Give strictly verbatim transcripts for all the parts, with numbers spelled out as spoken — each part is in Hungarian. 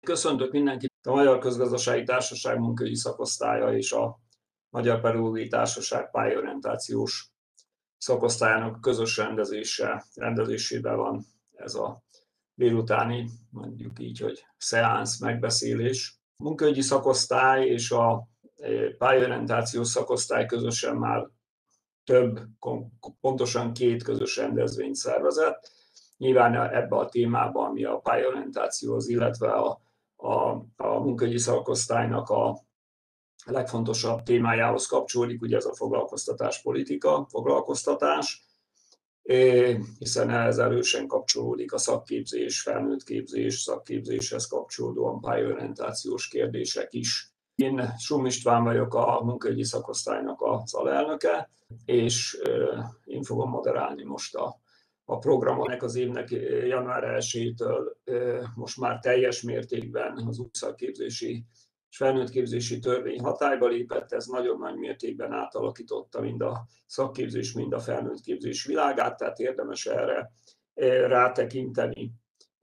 Köszöntök mindenkit! A Magyar Közgazdasági Társaság munkaügyi szakosztálya és a Magyar Pedagógiai Társaság pályaorientációs szakosztályának közös rendezése, rendezésében van ez a délutáni, mondjuk így, hogy szeánsz megbeszélés. A munkaügyi szakosztály és a pályaorientációs szakosztály közösen már több, pontosan két közös rendezvényt szervezett. Nyilván ebben a témában, ami a pályaorientációhoz, illetve a, a, a munkaügyi szakosztálynak a legfontosabb témájához kapcsolódik, ugye ez a foglalkoztatáspolitika, foglalkoztatás, hiszen ehhez erősen kapcsolódik a szakképzés, felnőttképzés, szakképzéshez kapcsolódóan pályaorientációs kérdések is. Én Sum István vagyok, a munkaügyi szakosztálynak az alelnöke, és én fogom moderálni most a, a programot. Az évnek január elsejétől most már teljes mértékben az új szakképzési és felnőttképzési törvény hatályba lépett, ez nagyon nagy mértékben átalakította mind a szakképzés, mind a felnőttképzés világát, tehát érdemes erre rátekinteni.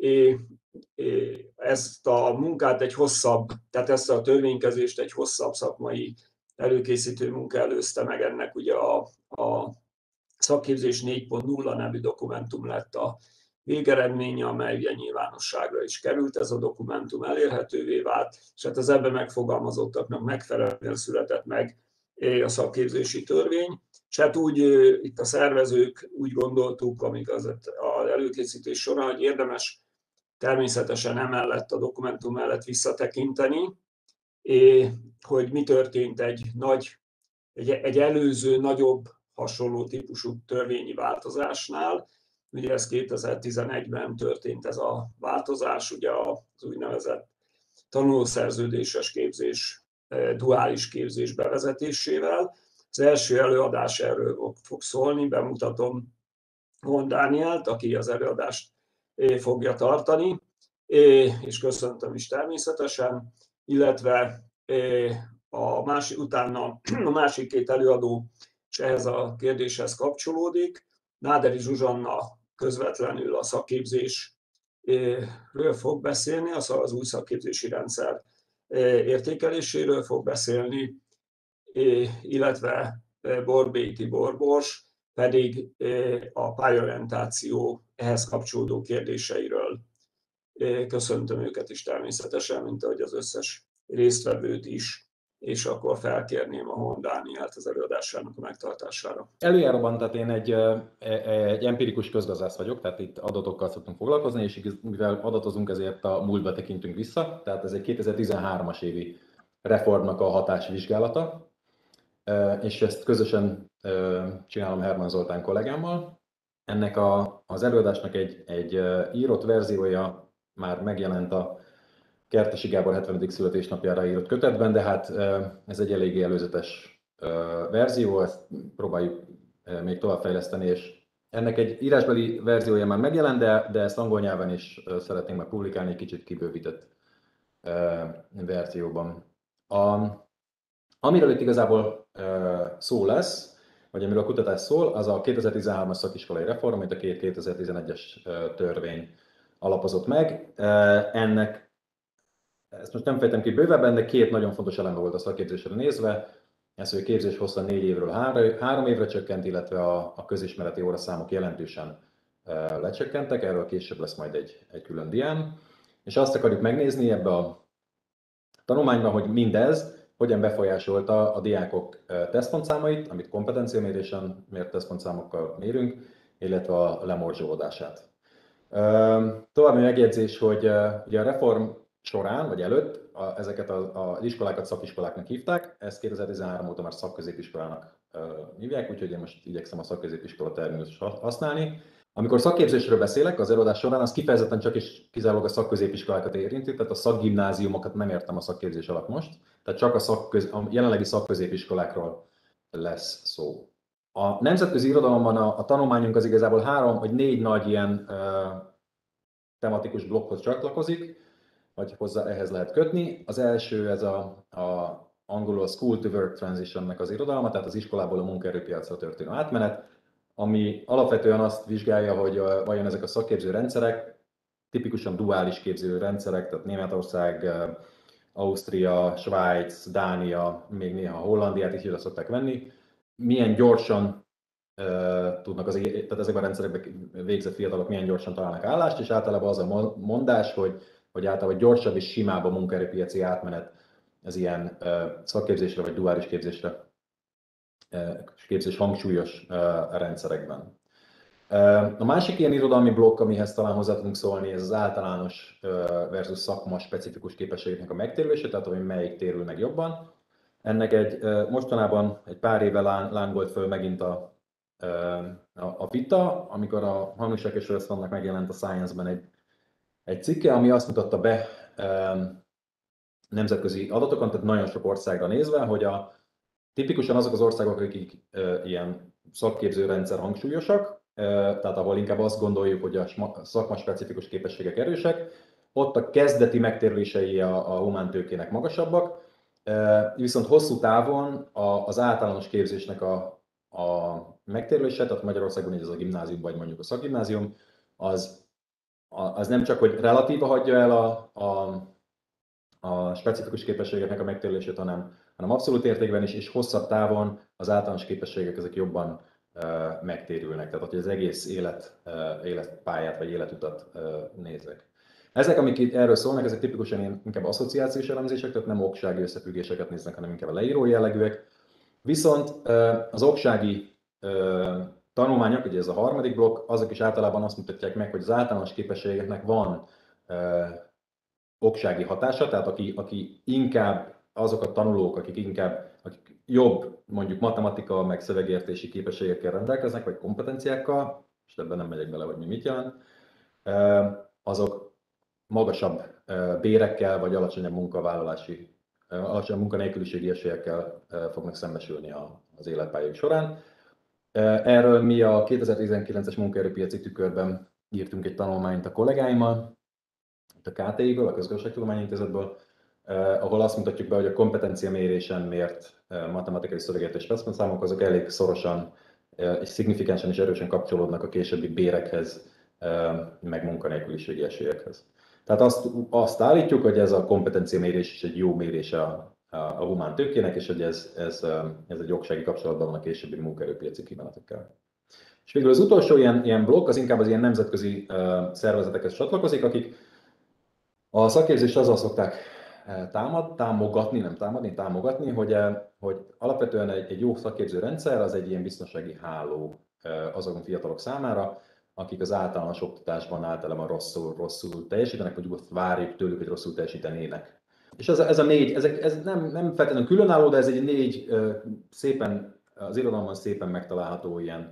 Ezt a munkát egy hosszabb, tehát ezt a törvénykezést egy hosszabb szakmai előkészítő munka előzte meg, ennek ugye a, a szakképzés négy pont nulla nevű dokumentum lett a végeredménye, amely ugye nyilvánosságra is került, ez a dokumentum elérhetővé vált, és hát az ebben megfogalmazottaknak megfelelően született meg a szakképzési törvény, és hát úgy itt a szervezők úgy gondoltuk, amik az, az előkészítés során, hogy érdemes természetesen emellett a dokumentum mellett visszatekinteni, hogy mi történt egy nagy, egy, egy előző, nagyobb, hasonló típusú törvényi változásnál. Ugye ez kétezer-tizenegyben történt ez a változás, ugye az úgynevezett tanulószerződéses képzés, duális képzés bevezetésével. Az első előadás erről fog szólni, bemutatom Hon Dánielt, aki az előadást fogja tartani, és köszöntöm is természetesen, illetve a másik, utána a másik két előadó és ehhez a kérdéshez kapcsolódik. Náderi Zsuzsanna közvetlenül a szakképzésről fog beszélni, az új szakképzési rendszer értékeléséről fog beszélni, illetve Borbély Tibor Bors pedig a pályaorientáció ehhez kapcsolódó kérdéseiről. Köszöntöm őket is természetesen, mint ahogy az összes résztvevőt is, és akkor felkérném a Hon Dánielt az előadásának a megtartására. Előjáróban, tehát én egy, egy empirikus közgazdász vagyok, tehát itt adatokkal szoktunk foglalkozni, és mivel adatozunk, ezért a múltba tekintünk vissza, tehát ez egy kétezer-tizenhármas évi reformnak a hatásvizsgálata, és ezt közösen csinálom Herman Zoltán kollégámmal. Ennek a, az előadásnak egy, egy írott verziója már megjelent a Kertési Gábor hetvenedik születésnapjára írott kötetben, de hát ez egy eléggé előzetes verzió, ezt próbáljuk még továbbfejleszteni, és ennek egy írásbeli verziója már megjelent, de, de ezt angol nyelven is szeretnénk meg publikálni, egy kicsit kibővített verzióban. A, amiről itt igazából szó lesz, vagy amiről a kutatás szól, az a kétezer-tizenhármas szakiskolai reform, amit a két kétezer-tizenegyes törvény alapozott meg. Ennek Ezt most nem fejtem ki bővebben, de két nagyon fontos eleme volt a szakképzésre nézve. Ez, hogy a képzés hossza négy évről három évre csökkent, illetve a, a közismereti óraszámok jelentősen uh, lecsökkentek, erről később lesz majd egy, egy külön dián. És azt akarjuk megnézni ebbe a tanulmányban, hogy mindez hogyan befolyásolta a diákok uh, tesztpontszámait, amit kompetenciamérésen mért tesztpontszámokkal mérünk, illetve a lemorzsolódását. Uh, további megjegyzés, hogy uh, ugye a reform során, vagy előtt a, ezeket az iskolákat szakiskoláknak hívták, ezt kétezer-tizenhárom óta már szakközépiskolának uh, hívják, úgyhogy én most igyekszem a szakközépiskola terminust használni. Amikor szakképzésről beszélek az előadás során, az kifejezetten csak és kizárólag a szakközépiskolákat érinti, tehát a szakgimnáziumokat nem értem a szakképzés alatt most, tehát csak a, szakköz, a jelenlegi szakközépiskolákról lesz szó. A nemzetközi irodalomban a, a tanulmányunk az igazából három vagy négy nagy ilyen uh, tematikus blokkhoz csatlakozik, vagy hozzá ehhez lehet kötni. Az első ez a, a angolul a School to Work Transition-nek az irodalma, tehát az iskolából a munkaerőpiacra történő átmenet, ami alapvetően azt vizsgálja, hogy vajon ezek a szakképző rendszerek tipikusan duális képző rendszerek, tehát Németország, Ausztria, Svájc, Dánia, még néha Hollandiát is ide szokták venni, milyen gyorsan uh, tudnak az, tehát ezekben a rendszerekben végzett fiatalok milyen gyorsan találnak állást, és általában az a mondás, hogy, hogy általában gyorsabb és simább a munkaerőpiaci átmenet az ilyen uh, szakképzésre vagy duális képzésre, uh, képzés hangsúlyos uh, rendszerekben. A másik ilyen irodalmi blokk, amihez talán hozzá tudunk szólni, ez az általános versus szakma specifikus képességeknek a megtérülése, tehát hogy melyik térül meg jobban. Ennek egy mostanában egy pár éve lángolt föl megint a, a, a vita, amikor a Hanushek és Röszvannak megjelent a Science-ben egy, egy cikke, ami azt mutatta be nemzetközi adatokon, tehát nagyon sok országra nézve, hogy a, tipikusan azok az országok, akik ilyen szakképzőrendszer hangsúlyosak, tehát ahol inkább azt gondoljuk, hogy a szakmaspecifikus képességek erősek, ott a kezdeti megtérülései a, a humántőkének magasabbak, viszont hosszú távon az általános képzésnek a, a megtérülése, tehát Magyarországon ez a gimnázium vagy mondjuk a szakgimnázium, az, az nem csak, hogy relatíva hagyja el a, a, a specifikus képességeknek a megtérülését, hanem, hanem abszolút értékben is, és hosszabb távon az általános képességek ezek jobban megtérülnek, tehát hogy az egész élet, életpályát vagy életutat nézek. Ezek, amik itt erről szólnak, ezek tipikusan inkább asszociációs elemzések, tehát nem oksági összefüggéseket néznek, hanem inkább a leíró jellegűek. Viszont az oksági tanulmányok, ugye ez a harmadik blokk, azok is általában azt mutatják meg, hogy az általános képességeknek van oksági hatása, tehát aki, aki inkább azok a tanulók, akik inkább akik jobb, mondjuk matematika, meg szövegértési képességekkel rendelkeznek, vagy kompetenciákkal, és ebben nem megyek bele, hogy mi mit jelent, azok magasabb bérekkel, vagy alacsonyabb munkavállalási, alacsonyabb munkanélküliségi esélyekkel fognak szembesülni az életpályájuk során. Erről mi a kétezer-tizenkilences munkaerőpiaci tükörben írtunk egy tanulmányt a kollégáimmal, a ká té i-ből, a Közgazdaságtudományi Intézetből, Uh, ahol azt mutatjuk be, hogy a kompetencia mérésen mért uh, matematikai szövegértés percpontszámok azok elég szorosan uh, és szignifikánsan és erősen kapcsolódnak a későbbi bérekhez, uh, meg munkanélküliségi esélyekhez. Tehát azt, azt állítjuk, hogy ez a kompetencia mérés is egy jó mérés a, a, a humán tőkének, és hogy ez, ez, uh, ez egy jogsági kapcsolatban van a későbbi munkaerőpiaci kívánatekkel. És végül az utolsó ilyen, ilyen blokk az inkább az ilyen nemzetközi uh, szervezetekhez csatlakozik, akik a szakképzést azzal szokták támad, támogatni, nem támadni, támogatni, hogy, hogy alapvetően egy, egy jó szakképző rendszer az egy ilyen biztonsági háló azokon fiatalok számára, akik az általános oktatásban általában rosszul, rosszul teljesítenek, vagy azt várjuk tőlük, hogy rosszul teljesítenének. És ez a, ez a négy, ezek, ez nem, nem feltétlenül különálló, de ez egy négy szépen, az irodalomban szépen megtalálható ilyen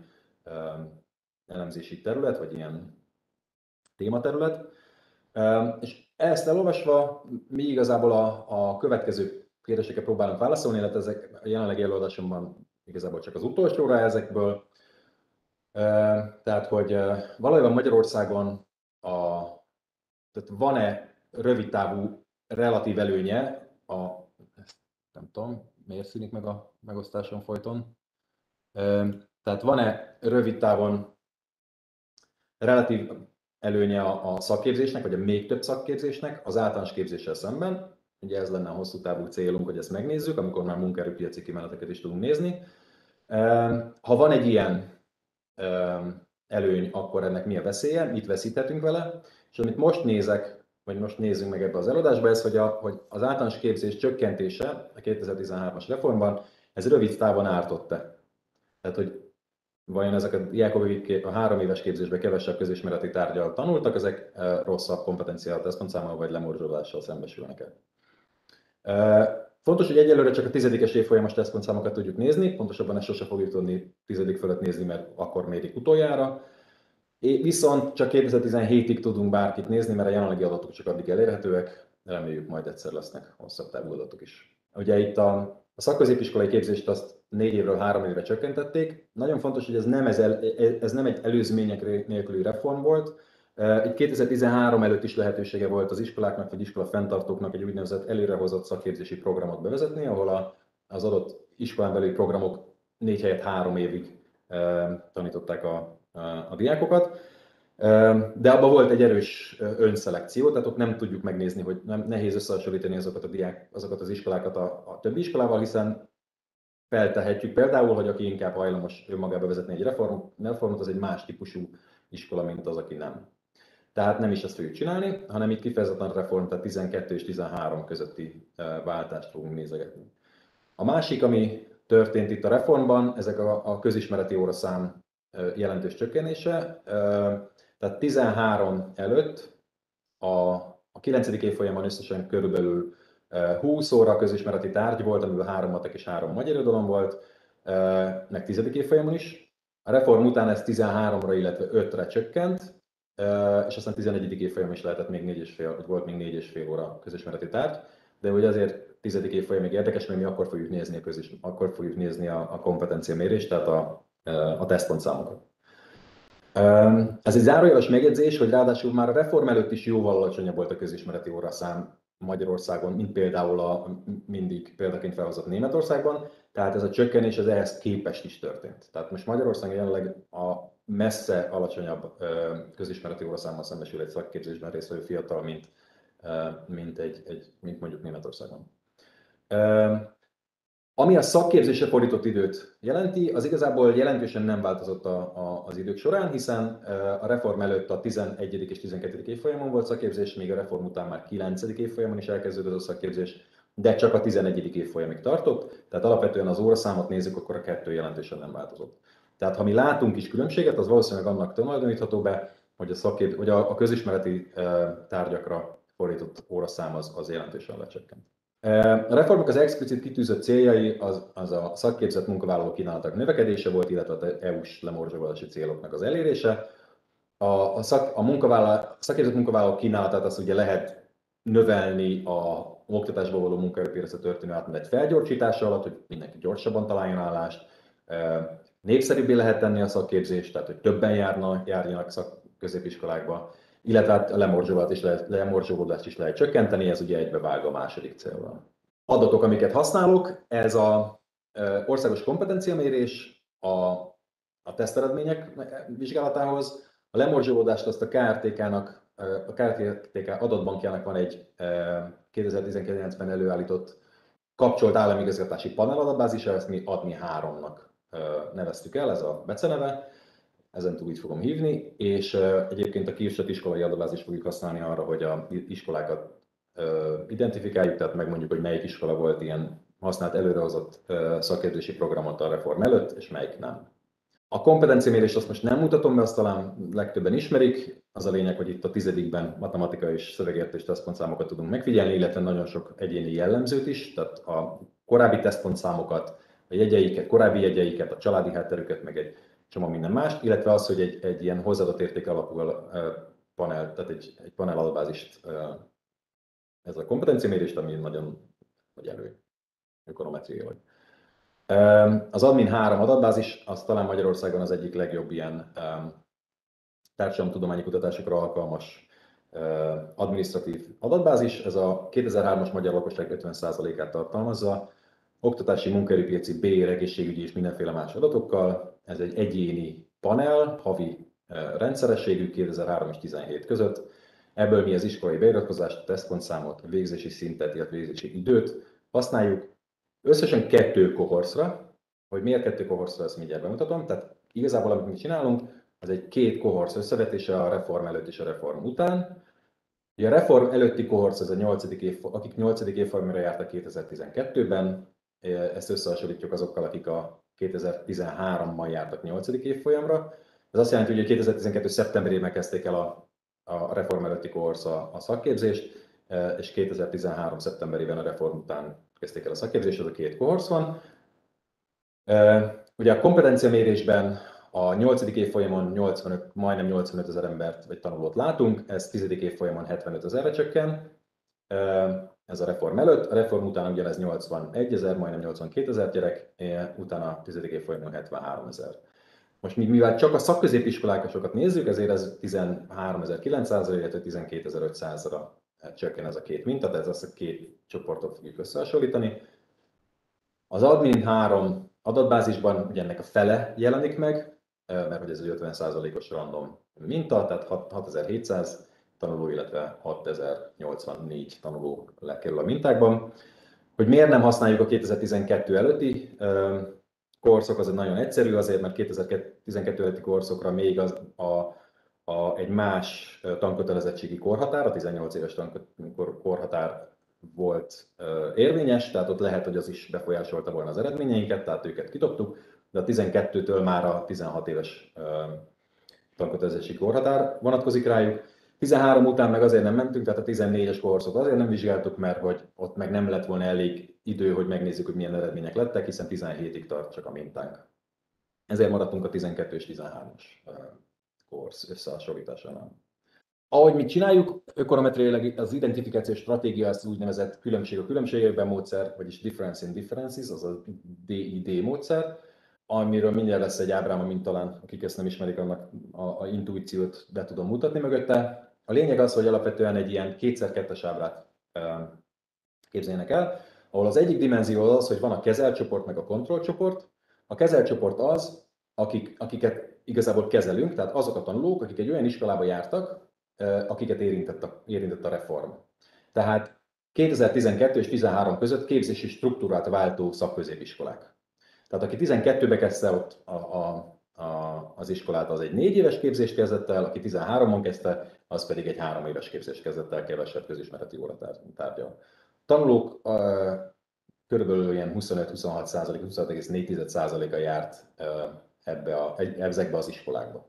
elemzési terület, vagy ilyen tématerület. És ezt elolvasva mi igazából a, a következő kérdésekre próbálunk válaszolni, illetve ezek a jelenlegi előadásomban igazából csak az utolsóra ezekből. Tehát, hogy valójában Magyarországon a, tehát van-e rövidtávú relatív előnye a, nem tudom, miért szűnik meg a megosztáson folyton. Tehát van-e rövid távon relatív előnye a, a szakképzésnek, vagy a még több szakképzésnek az általános képzéssel szemben. Ugye ez lenne a hosszú távú célunk, hogy ezt megnézzük, amikor már munkaerőpiaci kimeneteket is tudunk nézni. Ha van egy ilyen előny, akkor ennek mi a veszélye, mit veszíthetünk vele, és amit most nézek, vagy most nézzünk meg ebbe az előadásba, ez, hogy, a, hogy az általános képzés csökkentése a kétezer-tizenhármas reformban, ez rövid távon ártott-e. Tehát, hogy vajon ezek a diákok, akik a három éves képzésben kevesebb közismereti tárgyal tanultak, ezek rosszabb kompetenciál tesztpontszámmal vagy lemorzsolással szembesülnek-e. Fontos, hogy egyelőre csak a tizedikes évfolyamos tesztpontszámokat tudjuk nézni, pontosabban ezt sose fogjuk tudni tizedik fölött nézni, mert akkor mérik utoljára. Viszont csak kétezer-tizenhétig tudunk bárkit nézni, mert a jelenlegi adatok csak addig elérhetőek, reméljük majd egyszer lesznek hosszabb távú adatok is. Ugye itt a, a szakközépiskolai képzést azt négy évről három évre csökkentették. Nagyon fontos, hogy ez nem, ez, el, ez nem egy előzmények nélküli reform volt. Itt kétezer-tizenhárom előtt is lehetősége volt az iskoláknak vagy iskola fenntartóknak egy úgynevezett előrehozott szakképzési programot bevezetni, ahol a, az adott iskolán belüli programok négy helyett három évig tanították a, a, a diákokat. De abban volt egy erős önszelekció, tehát ott nem tudjuk megnézni, hogy nem, nehéz összehasonlítani azokat, a diák, azokat az iskolákat a, a többi iskolával, hiszen feltehetjük például, hogy aki inkább hajlamos önmagába vezetni egy reform, reformot, az egy más típusú iskola, mint az, aki nem. Tehát nem is ezt fogjuk csinálni, hanem itt kifejezetten reform, tehát tizenkettő és tizenhárom közötti váltást fogunk nézegetni. A másik, ami történt itt a reformban, ezek a, a közismereti óraszám jelentős csökkenése. Tehát tizenhárom előtt a, a kilencedik évfolyamon összesen körülbelül húsz óra közismereti tárgy volt, amiből három matek és három magyar irodalom volt, meg tizedik évfolyamon is. A reform után ez tizenháromra, illetve ötre csökkent, és aztán tizenegyedik évfolyam is lehetett még négy és fél, volt még négy és fél óra közismereti tárgy, de ugye azért tizedik évfolyam még érdekes, mert mi akkor fogjuk nézni a, közis, akkor fogjuk nézni a, a kompetencia mérést, tehát a, a tesztpontszámokat. Ez egy zárójeles megjegyzés, hogy ráadásul már a reform előtt is jóval alacsonyabb volt a közismereti óraszám Magyarországon, mint például a mindig példaként felhozott Németországban, tehát ez a csökkenés az ehhez képest is történt. Tehát most Magyarországon jelenleg a messze alacsonyabb közismereti óraszámmal szembesül egy szakképzésben résztvevő fiatal, mint, mint, egy, egy, mint mondjuk Németországban. Ami a szakképzésre fordított időt jelenti, az igazából jelentősen nem változott a, a, az idők során, hiszen a reform előtt a tizenegyedik és tizenkettedik évfolyamon volt szakképzés, még a reform után már kilencedik évfolyamon is elkezdődött a szakképzés, de csak a tizenegyedik évfolyamig tartott, tehát alapvetően az óraszámot nézzük, akkor a kettő jelentősen nem változott. Tehát ha mi látunk is különbséget, az valószínűleg annak tulajdonítható be, hogy a, szakkép, hogy a, a közismereti tárgyakra fordított óraszám az, az jelentősen lecsökkent. A reformok az explicit kitűzött céljai az, az a szakképzett munkavállalók kínálatának növekedése volt, illetve az é u-s lemorzsolási céloknak az elérése. A, a, szak, a munkavállaló, szakképzett munkavállalók kínálatát azt ugye lehet növelni a oktatásból való munkaerőpiacra történő átmenet felgyorsítása alatt, hogy mindenki gyorsabban találjon állást. Népszerűbbé lehet tenni a szakképzést, tehát hogy többen járna, járjanak szakközépiskolákba, illetve a lemorzsolódást is, lehet, lemorzsolódást is lehet csökkenteni, ez ugye egybevág a második célval. Adatok, amiket használok, ez az országos kompetenciamérés a, a teszteredmények vizsgálatához. A lemorzsolódást azt a ká er té ká-nak, a ká er té ká adatbankjának van egy kétezer-tizenkilencben előállított kapcsolt államigazgatási panel adatbázisa, ezt mi admi háromnak neveztük el, ez a beceneve. Ezen túl így fogom hívni, és egyébként a kiírtott iskolai adatbázist fogjuk használni arra, hogy a iskolákat identifikáljuk, tehát megmondjuk, hogy melyik iskola volt ilyen használt előrehozott szakképzési programot a reform előtt, és melyik nem. A kompetenciamérést azt most nem mutatom be, azt talán legtöbben ismerik. Az a lényeg, hogy itt a tizedikben matematika és szövegértés tesztpontszámokat tudunk megfigyelni, illetve nagyon sok egyéni jellemzőt is, tehát a korábbi tesztpontszámokat, a jegyeiket, korábbi jegyeiket, a családi hátterüket, meg egy csomó minden más, illetve az, hogy egy, egy ilyen hozzáadott érték alapú panel, tehát egy, egy panel adatbázist, ez a kompetenciamérést, ami nagyon nagy elő, ökonometriailag. Az admin három adatbázis, az talán Magyarországon az egyik legjobb ilyen társadalomtudományi kutatásokra alkalmas adminisztratív adatbázis. Ez a kétezer-hármas magyar lakosság ötven százalékát tartalmazza, oktatási, munkaerőpiaci, bér, egészségügyi és mindenféle más adatokkal. Ez egy egyéni panel, havi rendszerességű kétezer-három és tizenhét között. Ebből mi az iskolai beiratkozást, a tesztpontszámot, a végzési szintet, illetve végzési időt használjuk. Összesen kettő kohorszra, hogy miért kettő kohorszra, ezt mindjárt bemutatom. Tehát igazából, amit mi csinálunk, az egy két kohorsz összevetése a reform előtt és a reform után. A reform előtti kohorsz, ez a nyolcadik év, akik nyolcadik évfolyamra jártak kétezer-tizenkettőben, ezt összehasonlítjuk azokkal, akik a kétezer-tizenháromban jártak nyolcadik évfolyamra. Ez azt jelenti, hogy a kétezer-tizenkettő szeptemberében kezdték el a, a reform előtti kohorsz a, a szakképzést, és kétezer-tizenhárom szeptemberében a reform után kezdték el a szakképzést, ez a két kohorsz van. Ugye a kompetenciamérésben a nyolcadik évfolyamon nyolcvanöt, majdnem nyolcvanöt ezer embert vagy tanulót látunk, ez tizedik évfolyamon hetvenöt ezerre csökken, ez a reform előtt, a reform után ugyanez nyolcvanegy ezer, majdnem nyolcvankét ezer gyerek, utána a tizedik évfolyamon hetvenhárom ezer. Most mivel csak a szakközépiskolákat nézzük, ezért ez tizenháromezer-kilencszázra, illetve tizenkétezer-ötszázra csökken ez a két minta, tehát ezt a két csoportot fogjuk összehasonlítani. Az admin három adatbázisban ugye ennek a fele jelenik meg, mert hogy ez egy ötven százalékos random minta, tehát hatezer-hétszáz tanuló, illetve hatezer-nyolcvannégy tanuló lekerül a mintákban. Hogy miért nem használjuk a kétezer-tizenkettő előtti korszak, az nagyon egyszerű, azért, mert kétezer-tizenkettő előtti korszakra még az, a, a, egy más tankötelezettségi korhatár, a tizennyolc éves korhatár volt érvényes, tehát ott lehet, hogy az is befolyásolta volna az eredményeinket, tehát őket kidobtuk, de a tizenkettőtől már a tizenhat éves tankötelezettségi korhatár vonatkozik rájuk. tizenhárom után meg azért nem mentünk, tehát a tizennégyes korszakot azért nem vizsgáltuk, mert hogy ott meg nem lett volna elég idő, hogy megnézzük, hogy milyen eredmények lettek, hiszen tizenhétig tart csak a mintánk. Ezért maradtunk a tizenkettő és tizenhármas korsz összehasonlításánál. Ahogy mi csináljuk, ökonometriailag az identifikációs stratégia az úgynevezett különbség a különbségekben módszer, vagyis difference in differences, az a D I D módszer, amiről mindjárt lesz egy ábrám, amint talán akik ezt nem ismerik, annak a, a intuíciót be tudom mutatni mögötte. A lényeg az, hogy alapvetően egy ilyen kétszer-kettes ábrát képzeljenek el, ahol az egyik dimenzió az, hogy van a kezelcsoport meg a kontrollcsoport. A kezelcsoport az, akik, akiket igazából kezelünk, tehát azok a tanulók, akik egy olyan iskolába jártak, akiket érintett a, érintett a reform. Tehát kétezer-tizenkettő és tizenhárom között képzési struktúrát váltó szakközépiskolák. Tehát aki tizenkettőbe kezdte ott a, a, a, az iskolát, az egy négy éves képzést kezdett el, aki tizenháromban kezdte, az pedig egy három éves képzést kezdett el, kevesebb közismereti óratárgyal. Tanulók uh, körülbelül ilyen huszonöt-huszonhat százalék, huszonhat egész négy százaléka járt uh, ebbe a, ezekbe az iskolákba.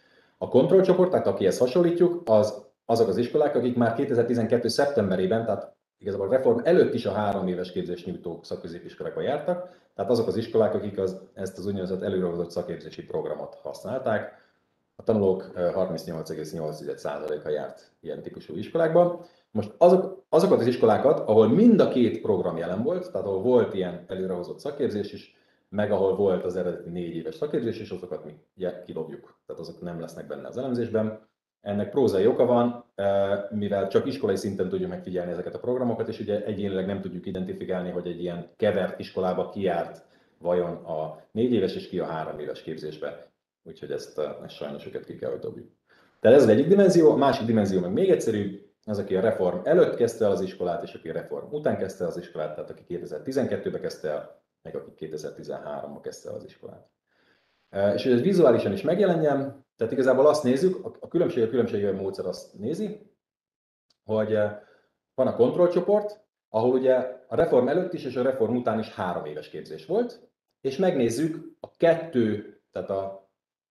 A kontrollcsoport, tehát akihez hasonlítjuk, az, azok az iskolák, akik már kétezer-tizenkettő szeptemberében, tehát igazából a reform előtt is a három éves képzést nyújtó szakközépiskolákba jártak, tehát azok az iskolák, akik az, ezt az úgynevezett előrehozott szakképzési programot használták. A tanulók harmincnyolc egész nyolc százaléka járt ilyen típusú iskolákban. Most azok, azokat az iskolákat, ahol mind a két program jelen volt, tehát ahol volt ilyen előrehozott szakképzés is, meg ahol volt az eredeti négy éves szakképzés, és azokat mi kidobjuk, tehát azok nem lesznek benne az elemzésben. Ennek prózai oka van, mivel csak iskolai szinten tudjuk megfigyelni ezeket a programokat, és ugye egyénileg nem tudjuk identifikálni, hogy egy ilyen kevert iskolába ki járt vajon a négy éves és ki a három éves képzésbe. Úgyhogy ezt, ezt sajnos őket ki kell, hogy dobjuk. Tehát ez az egyik dimenzió, a másik dimenzió meg még egyszerűbb, az, aki a reform előtt kezdte el az iskolát, és aki a reform után kezdte el az iskolát, tehát aki kétezer-tizenkettőbe kezdte el, meg aki kétezer-tizenháromban kezdte el az iskolát. És hogy ez vizuálisan is megjelenjen, tehát igazából azt nézzük, a különbség a különbségű módszer azt nézi, hogy van a kontrollcsoport, ahol ugye a reform előtt is és a reform után is három éves képzés volt, és megnézzük a kettő, tehát a,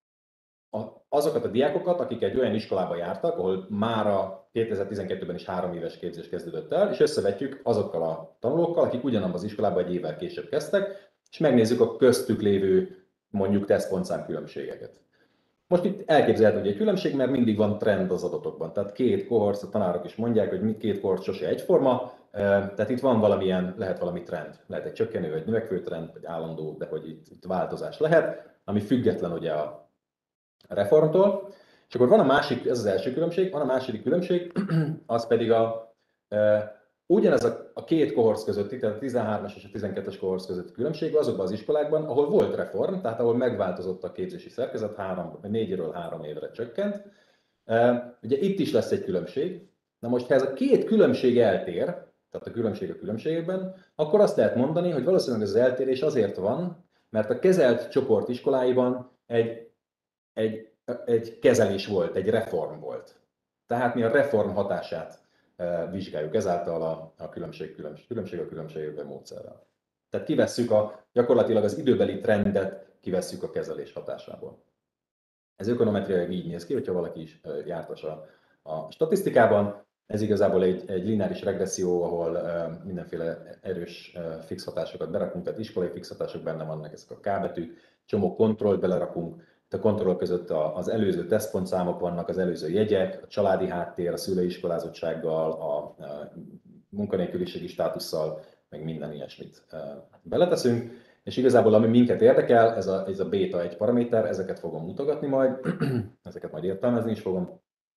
a, azokat a diákokat, akik egy olyan iskolába jártak, ahol már a kétezer-tizenkettőben is három éves képzés kezdődött el, és összevetjük azokkal a tanulókkal, akik ugyanabban az iskolában egy évvel később kezdtek, és megnézzük a köztük lévő mondjuk tesztpontszám különbségeket. Most itt elképzelhető, hogy egy különbség, mert mindig van trend az adatokban. Tehát két kohort, a tanárok is mondják, hogy két kohort sose egyforma, tehát itt van valamilyen, lehet valami trend. Lehet egy csökkenő, vagy növekvő trend, vagy állandó, de hogy itt, itt változás lehet, ami független ugye a reformtól. És akkor van a másik, ez az első különbség, van a második különbség, az pedig a ugyanez a, a két kohorc közötti, tehát a tizenhármas és a tizenkettes kohorc közötti különbség azokban az iskolákban, ahol volt reform, tehát ahol megváltozott a képzési szerkezet, három, négyről három évre csökkent. Ugye itt is lesz egy különbség. Na most, ha ez a két különbség eltér, tehát a különbség a különbségekben, akkor azt lehet mondani, hogy valószínűleg ez az eltérés azért van, mert a kezelt csoport iskoláiban egy, egy, egy kezelés volt, egy reform volt. Tehát mi a reform hatását vizsgáljuk ezáltal a, a különbség, különbség, különbség a különbségekben módszerrel. Tehát kivesszük a, gyakorlatilag az időbeli trendet, kivesszük a kezelés hatásából. Ez ökonometriailag így néz ki, hogyha valaki is jártas a, a statisztikában. Ez igazából egy, egy lineáris regresszió, ahol uh, mindenféle erős uh, fix hatásokat berakunk, tehát iskolai fix hatások benne vannak, ezek a K betűk, csomó kontrollt belerakunk, a kontroll között az előző tesztpontszámok vannak, az előző jegyek, a családi háttér, a szülői iskolázottsággal, a munkanélküliségi státusszal, meg minden ilyesmit beleteszünk. És igazából ami minket érdekel, ez a, ez a béta egy paraméter, ezeket fogom mutogatni majd, ezeket majd értelmezni is fogom.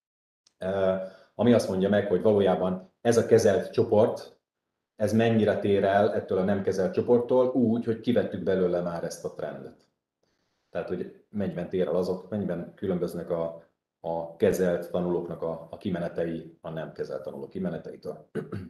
Ami azt mondja meg, hogy valójában ez a kezelt csoport, ez mennyire tér el ettől a nem kezelt csoporttól, úgy, hogy kivettük belőle már ezt a trendet. Tehát, hogy mennyiben tér el azok, mennyiben különböznek a, a kezelt tanulóknak a, a kimenetei a nem kezelt tanulók kimeneteitől.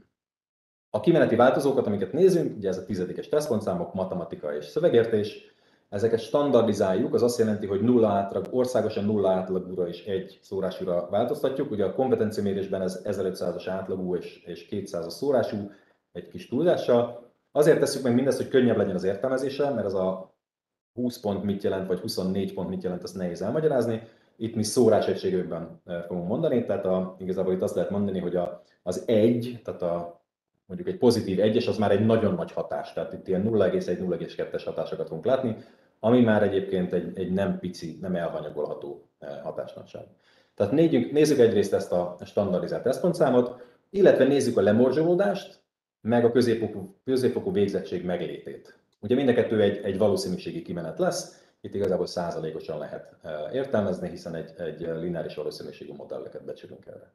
A kimeneti változókat, amiket nézünk, ugye ez a tizedikes tesztpontszámok, matematika és szövegértés, ezeket standardizáljuk, az azt jelenti, hogy nulla átlag, országosan nulla átlagúra és egy szórásúra változtatjuk. Ugye a kompetenciamérésben ez ezerötszázas átlagú és, és kétszázas szórású, egy kis túlzással. Azért tesszük meg mindezt, hogy könnyebb legyen az értelmezése, mert az a húsz pont mit jelent, vagy huszonnégy pont mit jelent, azt nehéz elmagyarázni. Itt mi szórásegységekben fogunk mondani, tehát a, igazából itt azt lehet mondani, hogy a, az egy, tehát a, mondjuk egy pozitív egyes, az már egy nagyon nagy hatás, tehát itt ilyen nulla egész egy nulla egész kettes hatásokat fogunk látni, ami már egyébként egy, egy nem pici, nem elhanyagolható hatásnagyság. Tehát nézzük, nézzük egyrészt ezt a standardizált tesztpontszámot, illetve nézzük a lemorzsolódást, meg a középfokú, középfokú végzettség meglétét. Ugye mind a kettő egy, egy valószínűségi kimenet lesz, itt igazából százalékosan lehet értelmezni, hiszen egy, egy lineáris valószínűségű modelleket becsülünk erre.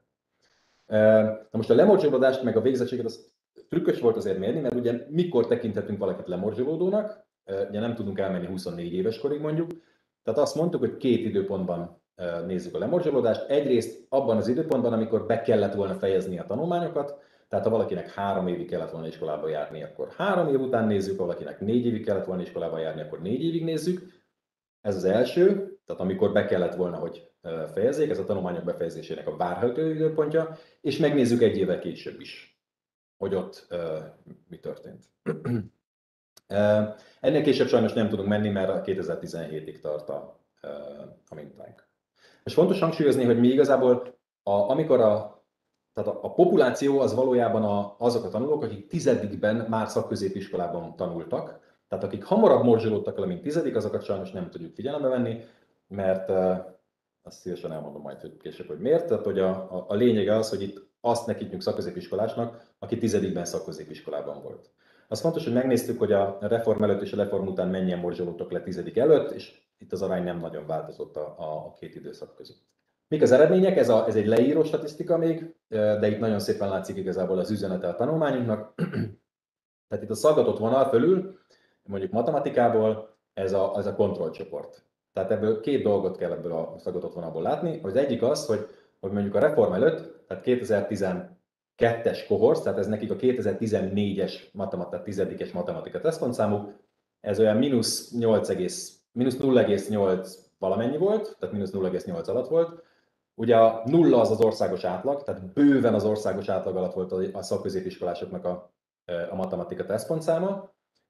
Na most a lemorzsolódást meg a végzettséget az trükkös volt azért mérni, mert ugye mikor tekinthetünk valakit lemorzsolódónak, ugye nem tudunk elmenni huszonnégy éves korig mondjuk, tehát azt mondtuk, hogy két időpontban nézzük a lemorzsolódást. Egyrészt abban az időpontban, amikor be kellett volna fejezni a tanulmányokat, tehát ha valakinek három évig kellett volna iskolába járni, akkor három év után nézzük, ha valakinek négy évig kellett volna iskolába járni, akkor négy évig nézzük. Ez az első, tehát amikor be kellett volna, hogy fejezzék, ez a tanulmányok befejezésének a várható időpontja, és megnézzük egy évvel később is, hogy ott uh, mi történt. uh, ennél később sajnos nem tudunk menni, mert a kétezer-tizenhétig tart a, uh, a mintánk. És fontos hangsúlyozni, hogy mi igazából, a, amikor a Tehát a, a populáció az valójában a, azok a tanulók, akik tizedikben már szakközépiskolában tanultak, tehát akik hamarabb morzsolódtak el, mint tizedik, azokat sajnos nem tudjuk figyelembe venni, mert uh, azt szívesen elmondom majd hogy később, hogy miért. Tehát hogy a, a, a lényege az, hogy itt azt nekítjük szakközépiskolásnak, aki tizedikben szakközépiskolában volt. Az fontos, hogy megnéztük, hogy a reform előtt és a reform után mennyien morzsolódtak le tizedik előtt, és itt az arány nem nagyon változott a, a két időszak között. Mik az eredmények? Ez, a, ez egy leíró statisztika még, de itt nagyon szépen látszik igazából az üzenete a tanulmányunknak. Tehát itt a szaggatott vonal fölül, mondjuk matematikából, ez a, ez a kontrollcsoport. Tehát ebből két dolgot kell ebből a szaggatott vonalból látni. Az egyik az, hogy, hogy mondjuk a reform előtt, tehát kétezer-tizenkettes kohorsz, tehát ez nekik a kétezer-tizennégyes matematika, tizedikes matematika tesztpontszámuk, ez olyan mínusz nulla egész nyolc valamennyi volt, tehát mínusz nulla egész nyolc alatt volt. Ugye a nulla az az országos átlag, tehát bőven az országos átlag alatt volt a szakközépiskolásoknak a, a matematika tesztpontszáma.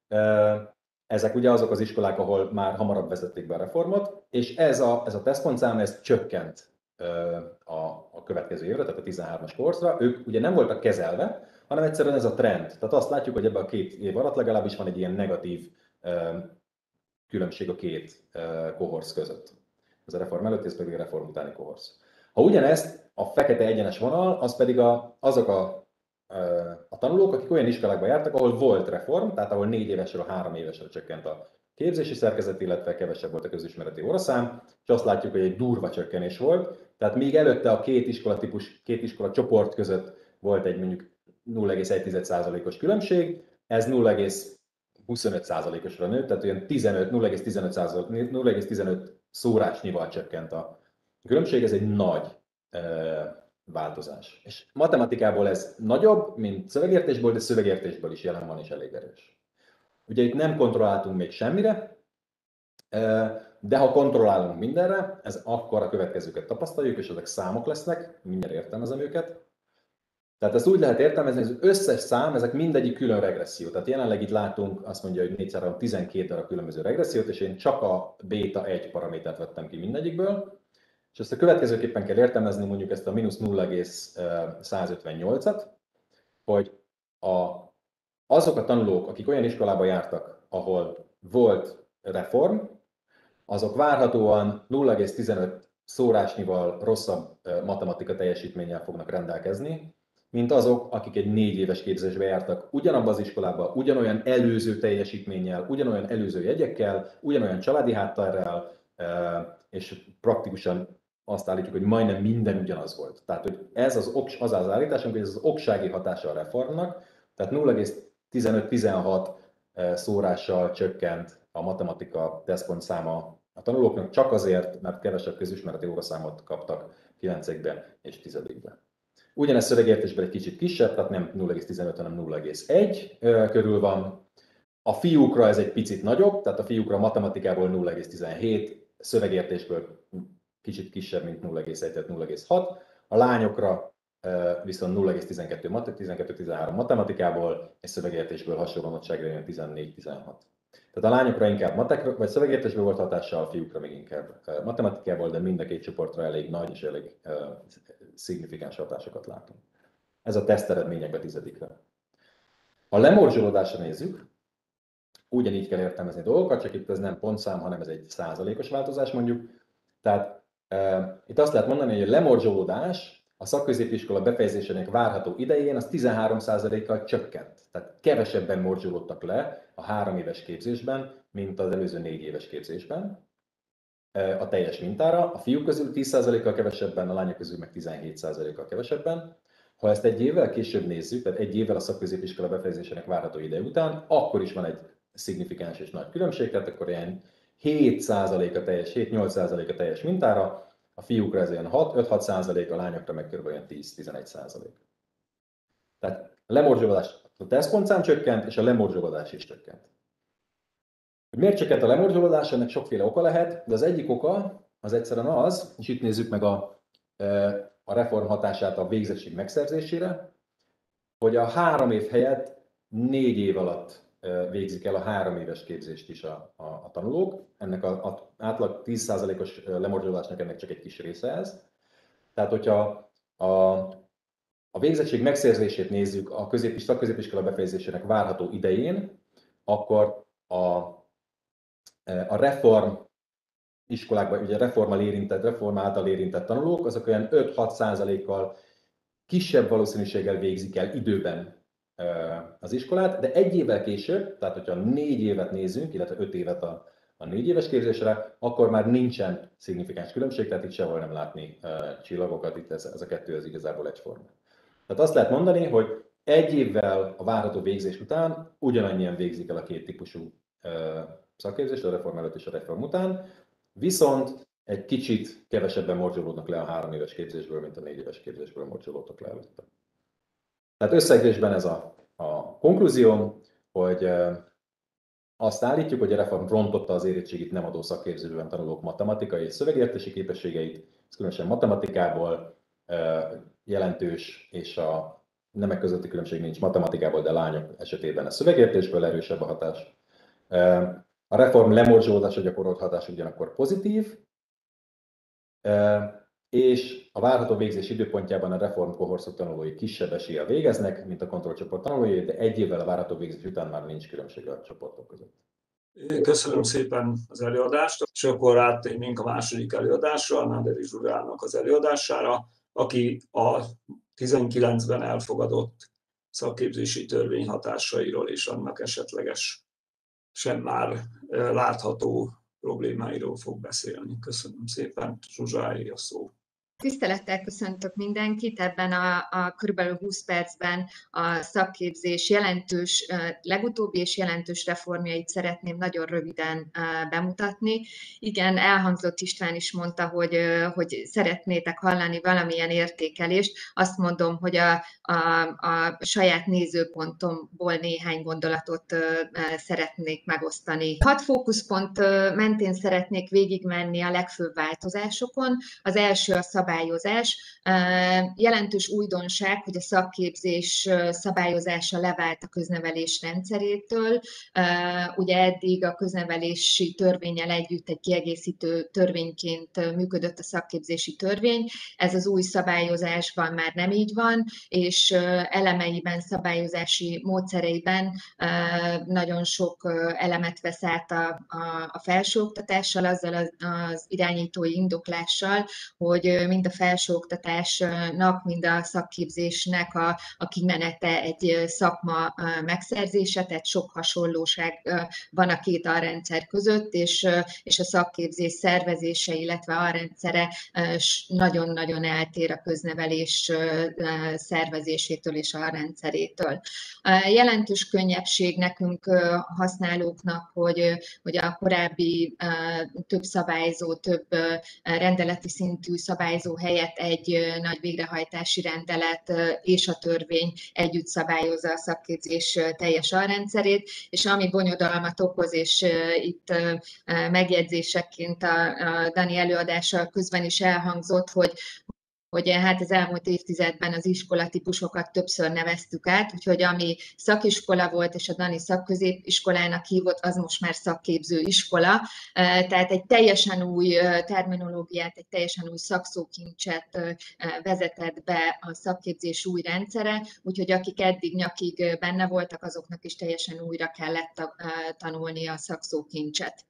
Ezek ugye azok az iskolák, ahol már hamarabb vezették be a reformot, és ez a, ez a tesztpontszám ez csökkent a, a következő évre, tehát a tizenhármas korszra. Ők ugye nem voltak kezelve, hanem egyszerűen ez a trend. Tehát azt látjuk, hogy ebben a két év alatt legalábbis van egy ilyen negatív különbség a két kohorsz között. Ez a reform előtt, ez pedig a reform utáni kohorsz. Ha ugyanezt a fekete egyenes vonal, az pedig a, azok a, a tanulók, akik olyan iskolákba jártak, ahol volt reform, tehát ahol négy évesről három évesre csökkent a képzési szerkezet, illetve kevesebb volt a közismereti óraszám, és azt látjuk, hogy egy durva csökkenés volt. Tehát még előtte a két iskola típus, két iskola csoport között volt egy mondjuk nulla egész egy százalékos különbség, ez nulla egész huszonöt százalékosra nőtt, tehát olyan nulla egész tizenöt, nulla egész tizenöt szórásnyival csökkent a különbség, ez egy nagy e, változás. És matematikából ez nagyobb, mint szövegértésből, de szövegértésből is jelen van és elég erős. Ugye itt nem kontrolláltunk még semmire, e, de ha kontrollálunk mindenre, ez akkor a következőket tapasztaljuk, és ezek számok lesznek, mindjárt értelmezem őket. Tehát ezt úgy lehet értelmezni, hogy az összes szám, ezek mindegyik külön regresszió. Tehát jelenleg itt látunk, azt mondja, hogy négy három tizenkét darab különböző regressziót, és én csak a béta egy paramétert vettem ki mindegyikből. És ezt a következőképpen kell értelmezni, mondjuk ezt a mínusz nulla egész százötvennyolcat, hogy a, azok a tanulók, akik olyan iskolába jártak, ahol volt reform, azok várhatóan nulla egész tizenöt szórásnyival rosszabb matematika teljesítménnyel fognak rendelkezni, mint azok, akik egy négy éves képzésbe jártak ugyanabba az iskolába, ugyanolyan előző teljesítménnyel, ugyanolyan előző jegyekkel, ugyanolyan családi háttérrel, és praktikusan azt állítjuk, hogy majdnem minden ugyanaz volt. Tehát, hogy ez az, az az állításunk, hogy ez az oksági hatása a reformnak, tehát nulla egész tizenöt tizenhat szórással csökkent a matematika tesztpontszáma a tanulóknak csak azért, mert kevesebb közismereti óraszámot kaptak kilencedikben és tizedikben. Ugyanez szövegértésben egy kicsit kisebb, tehát nem nulla egész tizenöt, hanem nulla egész egy körül van. A fiúkra ez egy picit nagyobb, tehát a fiúkra matematikából nulla egész tizenhét, szövegértésből kicsit kisebb, mint nulla egész egy, tehát nulla egész hat. A lányokra viszont nulla egész tizenkettő, tizenkettő tizenhárom matematikából, és szövegértésből hasonló nagyságrendben tizennégy tizenhat. Tehát a lányokra inkább matek, vagy szövegértésből volt hatással, a fiúkra még inkább matematikából, de mind a két csoportra elég nagy és elég uh, szignifikáns hatásokat látunk. Ez a teszt eredményekbe tizedikre. Ha lemorzsolódásra nézzük, ugyanígy kell értelmezni dolgokat, csak itt ez nem pontszám, hanem ez egy százalékos változás mondjuk. Tehát uh, itt azt lehet mondani, hogy a lemorzsolódás a szakközépiskola befejezésének várható idején az tizenhárom százalékkal csökkent. Tehát kevesebben morzsolódtak le a három éves képzésben, mint az előző négy éves képzésben a teljes mintára. A fiúk közül tíz százalékkal kevesebben, a lányok közül meg tizenhét százalékkal kevesebben. Ha ezt egy évvel később nézzük, tehát egy évvel a szakközépiskola befejezésének várható ideje után, akkor is van egy szignifikáns és nagy különbség, tehát akkor ilyen hét százalék teljes, hét-nyolc százalék a teljes mintára, a fiúkra ez olyan öt-hat százalék, a lányokra meg kb. Olyan tíz-tizenegy százalék. Tehát a lemorzsolódás, a tesztpontszám csökkent, és a lemorzsolódás is csökkent. Miért csökkent a lemorzsolódás? Ennek sokféle oka lehet, de az egyik oka az egyszerűen az, és itt nézzük meg a, a reform hatását a végzettség megszerzésére, hogy a három év helyett négy év alatt végzik el a három éves képzést is a, a, a tanulók. Ennek az átlag tíz százalékos lemorzsolódásnak ennek csak egy kis része ez. Tehát, hogyha a, a végzettség megszerzését nézzük a középis, szakközépiskola befejezésének várható idején, akkor a, a reform iskolákban, ugye reformmal érintett, reform által érintett tanulók, azok olyan öt-hat százalékkal kisebb valószínűséggel végzik el időben az iskolát, de egy évvel később, tehát hogyha négy évet nézzünk, illetve öt évet a, a négy éves képzésre, akkor már nincsen szignifikáns különbség, tehát itt sehol nem látni uh, csillagokat, itt ez, ez a kettő az igazából egyforma. Tehát azt lehet mondani, hogy egy évvel a várható végzés után ugyanannyian végzik el a két típusú uh, szakképzést, a reform előtt és a reform után, viszont egy kicsit kevesebben morzsolódnak le a három éves képzésből, mint a négy éves képzésből morzsolódtak le előtte. Tehát összegzésben ez a, a konklúzióm, hogy azt állítjuk, hogy a reform rontotta az érettségit nem adó szakképzésben tanulók matematikai és szövegértési képességeit, ez különösen matematikából jelentős, és a nemek közötti különbség nincs matematikából, de lányok esetében a szövegértésből erősebb a hatás. A reform lemorzsolódásra gyakorolt hatás ugyanakkor pozitív, és a várható végzés időpontjában a reform kohorszok tanulói kisebb eséllyel végeznek, mint a kontrollcsoport tanulói, de egy évvel a várható végzés után már nincs különbség a csoportok között. Köszönöm szépen az előadást, és akkor áttérnénk a második előadásra, a Náderi Zsuzsának az előadására, aki a tizenkilencben elfogadott szakképzési törvény hatásairól és annak esetleges sem már látható problémáiról fog beszélni. Köszönöm szépen, Zsuzsái a szó. Tisztelettel köszöntök mindenkit, ebben a, a körülbelül húsz percben a szakképzés jelentős, legutóbbi és jelentős reformjait szeretném nagyon röviden bemutatni. Igen, elhangzott, István is mondta, hogy, hogy szeretnétek hallani valamilyen értékelést. Azt mondom, hogy a, a, a saját nézőpontomból néhány gondolatot szeretnék megosztani. Hat fókuszpont mentén szeretnék végigmenni a legfőbb változásokon. Az első a szabály szabályozás. Jelentős újdonság, hogy a szakképzés szabályozása levált a köznevelés rendszerétől. Ugye eddig a köznevelési törvénnyel együtt egy kiegészítő törvényként működött a szakképzési törvény. Ez az új szabályozásban már nem így van, és elemeiben, szabályozási módszereiben nagyon sok elemet vesz át a, a, a felsőoktatással, azzal az, az irányítói indoklással, hogy minden mind a felsőoktatásnak, mind a szakképzésnek a, a kimenete egy szakma megszerzése, tehát sok hasonlóság van a két alrendszer között, és, és a szakképzés szervezése, illetve alrendszere nagyon-nagyon eltér a köznevelés szervezésétől és alrendszerétől. Jelentős könnyebbség nekünk használóknak, hogy, hogy a korábbi több szabályzó, több rendeleti szintű szabályzó helyett egy nagy végrehajtási rendelet és a törvény együtt szabályozza a szakképzés teljes alrendszerét, és ami bonyodalmat okoz, és itt megjegyzésekként a Dani előadása közben is elhangzott, hogy hogy hát az elmúlt évtizedben az iskolatípusokat többször neveztük át, úgyhogy ami szakiskola volt, és a Dani szakközépiskolának hívott, az most már szakképző iskola. Tehát egy teljesen új terminológiát, egy teljesen új szakszókincset vezetett be a szakképzés új rendszere, úgyhogy akik eddig nyakig benne voltak, azoknak is teljesen újra kellett tanulni a szakszókincset.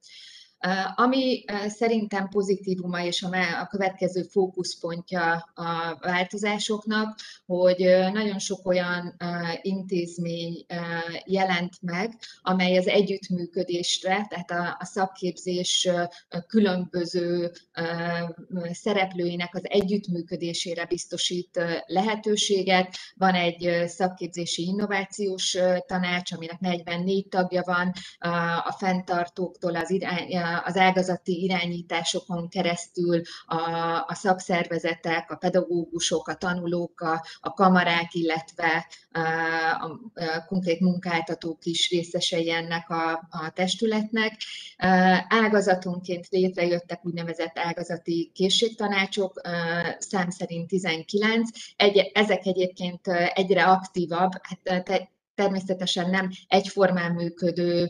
Ami szerintem pozitívuma és a következő fókuszpontja a változásoknak, hogy nagyon sok olyan intézmény jelent meg, amely az együttműködésre, tehát a szakképzés különböző szereplőinek az együttműködésére biztosít lehetőséget. Van egy szakképzési innovációs tanács, aminek negyvennégy tagja van, a fenntartóktól az irány, az ágazati irányításokon keresztül a, a szakszervezetek, a pedagógusok, a tanulók, a, a kamarák, illetve a, a, a konkrét munkáltatók is részesei ennek a, a testületnek. Ágazatonként létrejöttek úgynevezett ágazati készségtanácsok, szám szerint tizenkilenc. Egy, ezek egyébként egyre aktívabb, hát természetesen nem egyformán működő,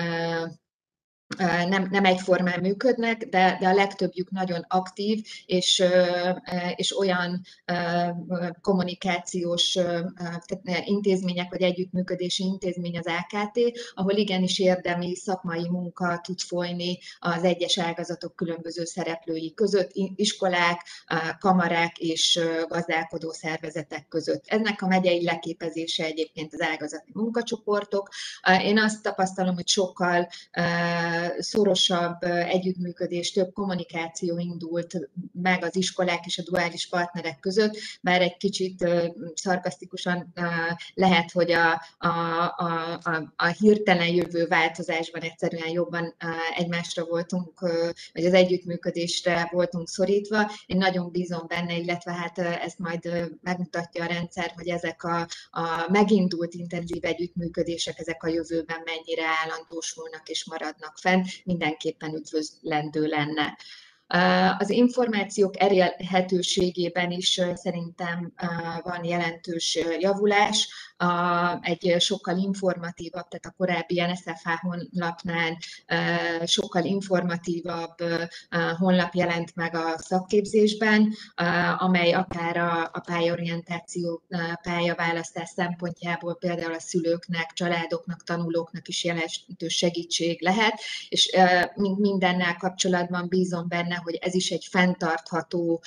Nem, nem egyformán működnek, de, de a legtöbbjük nagyon aktív, és, és olyan kommunikációs intézmények, vagy együttműködési intézmény az á ká té, ahol igenis érdemi szakmai munka tud folyni az egyes ágazatok különböző szereplői között, iskolák, kamarák és gazdálkodó szervezetek között. Ennek a megyei leképezése egyébként az ágazati munkacsoportok. Én azt tapasztalom, hogy sokkal szorosabb együttműködés, több kommunikáció indult meg az iskolák és a duális partnerek között, bár egy kicsit szarkasztikusan lehet, hogy a, a, a, a hirtelen jövő változásban egyszerűen jobban egymásra voltunk, vagy az együttműködésre voltunk szorítva. Én nagyon bízom benne, illetve hát ezt majd megmutatja a rendszer, hogy ezek a, a megindult intenzív együttműködések, ezek a jövőben mennyire állandósulnak és maradnak fenn. Mindenképpen üdvözlendő lenne. Az információk elérhetőségében is szerintem van jelentős javulás. Egy sokkal informatívabb, tehát a korábbi en es ef há honlapnál sokkal informatívabb honlap jelent meg a szakképzésben, amely akár a pályaorientáció, pályaválasztás szempontjából például a szülőknek, családoknak, tanulóknak is jelentős segítség lehet, és mindennel kapcsolatban bízom benne, hogy ez is egy fenntartható,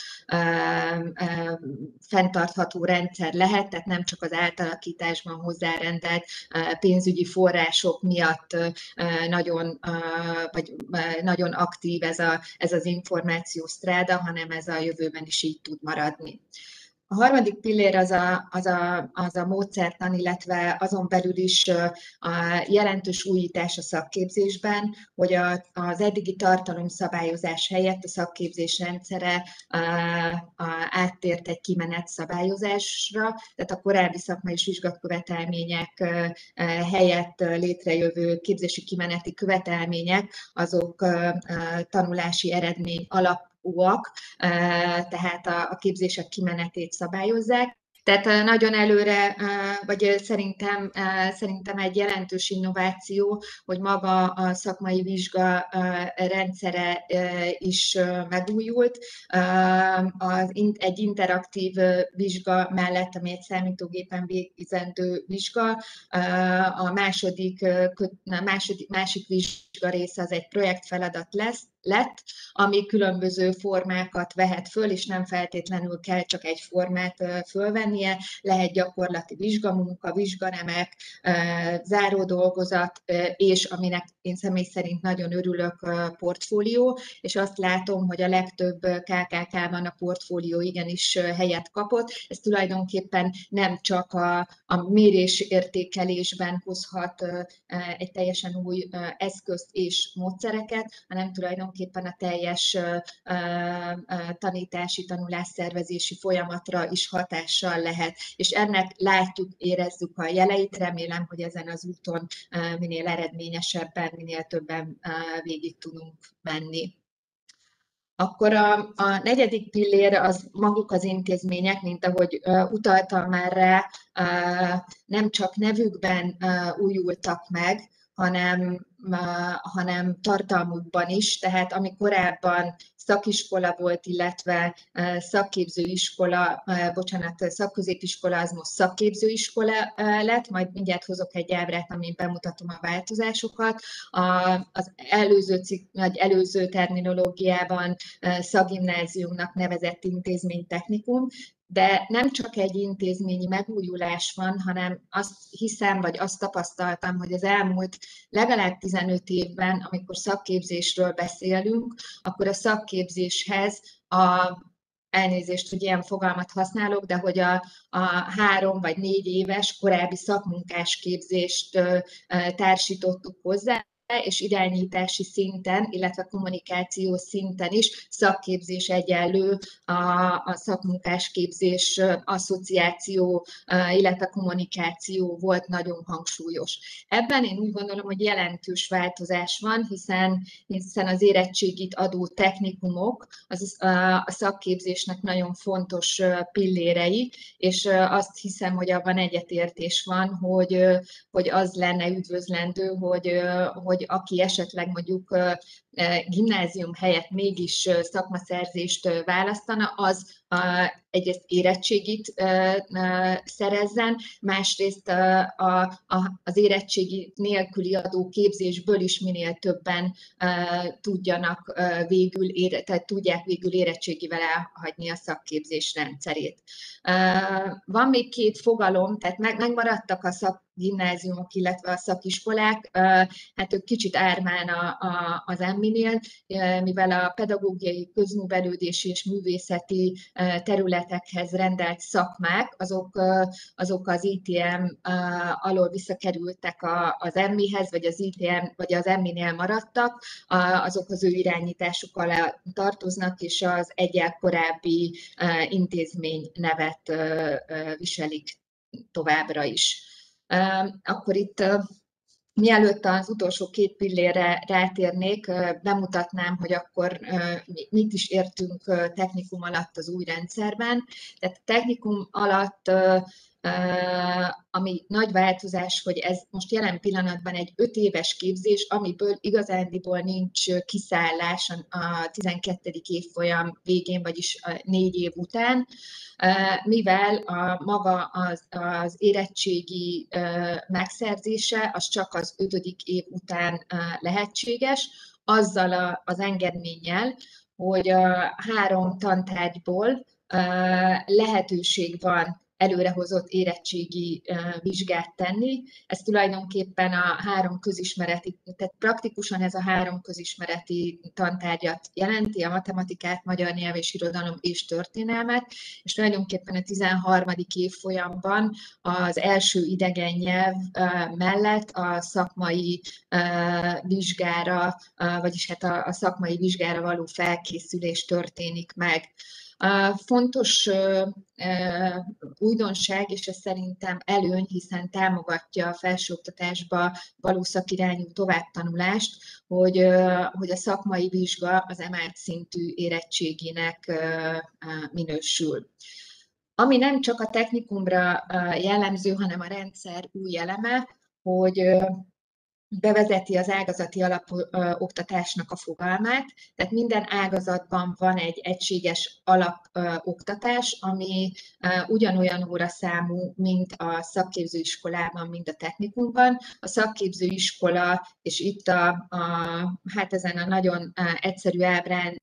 fenntartható rendszer lehet, tehát nem csak az átalakításban hozzárendelt pénzügyi források miatt nagyon, vagy nagyon aktív ez, a, ez az információs sztráda, hanem ez a jövőben is így tud maradni. A harmadik pillér az a, az, a, az a módszertan, illetve azon belül is a jelentős újítás a szakképzésben, hogy a, az eddigi tartalomszabályozás helyett a szakképzés rendszere a, a, áttért egy kimenet szabályozásra, tehát a korábbi szakmai és vizsgakövetelmények helyett létrejövő képzési kimeneti követelmények, azok tanulási eredmény alap úak, tehát a képzések kimenetét szabályozzák. Tehát nagyon előre, vagy szerintem, szerintem egy jelentős innováció, hogy maga a szakmai vizsga rendszere is megújult. Egy interaktív vizsga mellett, ami egy számítógépen végzendő vizsga, a második, második, másik vizsga része az egy projektfeladat lesz, lett, ami különböző formákat vehet föl, és nem feltétlenül kell csak egy formát fölvennie, lehet gyakorlati vizsgamunka, vizsganemek, záródolgozat, és aminek én személy szerint nagyon örülök, portfólió, és azt látom, hogy a legtöbb ká ká ká-ban a portfólió igenis helyet kapott. Ez tulajdonképpen nem csak a, a mérésértékelésben hozhat egy teljesen új eszközt és módszereket, hanem tulajdonképpen a teljes tanítási, tanulásszervezési folyamatra is hatással lehet. És ennek látjuk, érezzük a jeleit, remélem, hogy ezen az úton minél eredményesebben, minél többen végig tudunk menni. Akkor a, a negyedik pillér az maguk az intézmények, mint ahogy uh, utaltam már rá, uh, nem csak nevükben uh, újultak meg, hanem, uh, hanem tartalmukban is. Tehát ami korábban szakiskola volt, illetve uh, szakképzőiskola, uh, bocsánat, szakközépiskola, az most szakképzőiskola uh, lett, majd mindjárt hozok egy ábrát, amin bemutatom a változásokat. A, az előző, cikk, vagy előző terminológiában uh, szakgimnáziumnak nevezett intézménytechnikum, de nem csak egy intézményi megújulás van, hanem azt hiszem, vagy azt tapasztaltam, hogy az elmúlt legalább tizenöt évben, amikor szakképzésről beszélünk, akkor a szakképzéshez a elnézést, hogy ilyen fogalmat használok, de hogy a, a három vagy négy éves korábbi szakmunkásképzést társítottuk hozzá, és irányítási szinten, illetve kommunikációs szinten is szakképzés egyenlő a, a szakmunkásképzés asszociáció, illetve kommunikáció volt nagyon hangsúlyos. Ebben én úgy gondolom, hogy jelentős változás van, hiszen, hiszen az érettségit adó technikumok az a szakképzésnek nagyon fontos pillérei, és azt hiszem, hogy abban egyetértés van, hogy, hogy az lenne üdvözlendő, hogy, hogy aki esetleg mondjuk gimnázium helyett mégis szakmaszerzést választana, az egyrészt érettségit szerezzen, másrészt az érettségi nélküli adó képzésből is minél többen tudjanak végül, tehát tudják végül érettségivel elhagyni a szakképzés rendszerét. Van még két fogalom, tehát megmaradtak a szakgimnáziumok, illetve a szakiskolák, hát ők kicsit ármán az emminél, mivel a pedagógiai, közművelődési és művészeti területekhez rendelt szakmák, azok, azok az i té em alól visszakerültek az emmihez, vagy az i té em, vagy az emminél maradtak, azok az ő irányításuk alá tartoznak, és az egyel korábbi intézmény nevet viselik továbbra is. Akkor itt mielőtt az utolsó két pillérre rátérnék, bemutatnám, hogy akkor mit is értünk technikum alatt az új rendszerben. Tehát technikum alatt, ami nagy változás, hogy ez most jelen pillanatban egy öt éves képzés, amiből igazándiból nincs kiszállás a tizenkettedik évfolyam végén, vagyis négy év után, mivel a maga az, az érettségi megszerzése az csak az ötödik év után lehetséges, azzal az engedménnyel, hogy a három tantárgyból lehetőség van előrehozott érettségi vizsgát tenni. Ez tulajdonképpen a három közismereti, tehát praktikusan ez a három közismereti tantárgyat jelenti, a matematikát, magyar nyelv és irodalom és történelmet, és tulajdonképpen a tizenharmadik évfolyamban az első idegen nyelv mellett a szakmai vizsgára, vagyis hát a, a szakmai vizsgára való felkészülés történik meg. Fontos újdonság, és ez szerintem előny, hiszen támogatja a felsőoktatásba való szakirányú továbbtanulást, hogy, hogy a szakmai vizsga az emelt szintű érettséginek minősül. Ami nem csak a technikumra jellemző, hanem a rendszer új eleme, hogy bevezeti az ágazati alapoktatásnak a fogalmát, tehát minden ágazatban van egy egységes alapoktatás, ami ugyanolyan óraszámú, mint a szakképzőiskolában, mint a technikumban. A szakképzőiskola, és itt a, a, hát ezen a nagyon egyszerű ábrán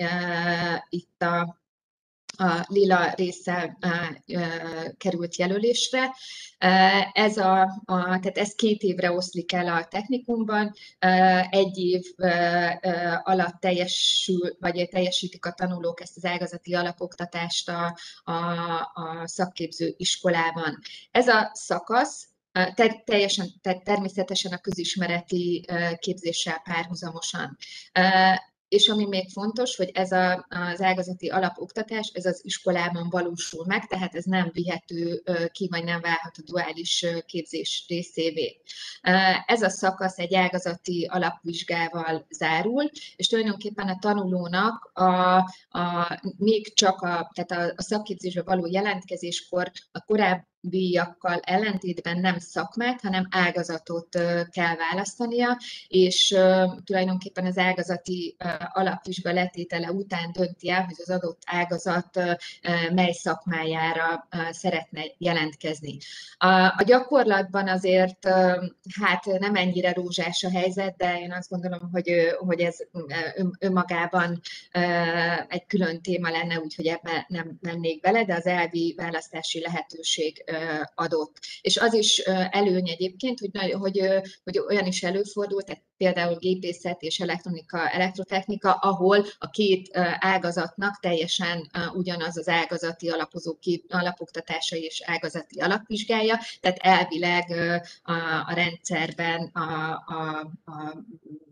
itt a a lila része került jelölésre. Ez, a, a, tehát ez két évre oszlik el a technikumban, egy év alatt teljesül, vagy teljesítik a tanulók ezt az ágazati alapoktatást a, a, a szakképző iskolában. Ez a szakasz Ter- teljesen, ter- természetesen a közismereti képzéssel párhuzamosan. És ami még fontos, hogy ez a, az ágazati alapoktatás, ez az iskolában valósul meg, tehát ez nem vihető ki, vagy nem válhat a duális képzés részévé. Ez a szakasz egy ágazati alapvizsgával zárul, és tulajdonképpen a tanulónak a, a, még csak a, tehát a, a szakképzésbe való jelentkezéskor a korábbi díjakkal ellentétben nem szakmát, hanem ágazatot kell választania, és tulajdonképpen az ágazati alapvizsga letétele után dönti el, hogy az adott ágazat mely szakmájára szeretne jelentkezni. A gyakorlatban azért hát nem ennyire rózsás a helyzet, de én azt gondolom, hogy, hogy ez önmagában egy külön téma lenne, úgyhogy ebben nem mennék bele, de az elvi választási lehetőség adott. És az is előny egyébként, hogy, hogy, hogy olyan is előfordult, tehát például gépészet és elektronika, elektrotechnika, ahol a két ágazatnak teljesen ugyanaz az ágazati alapozó kép, alapoktatása és ágazati alapvizsgája, tehát elvileg a, a rendszerben a, a, a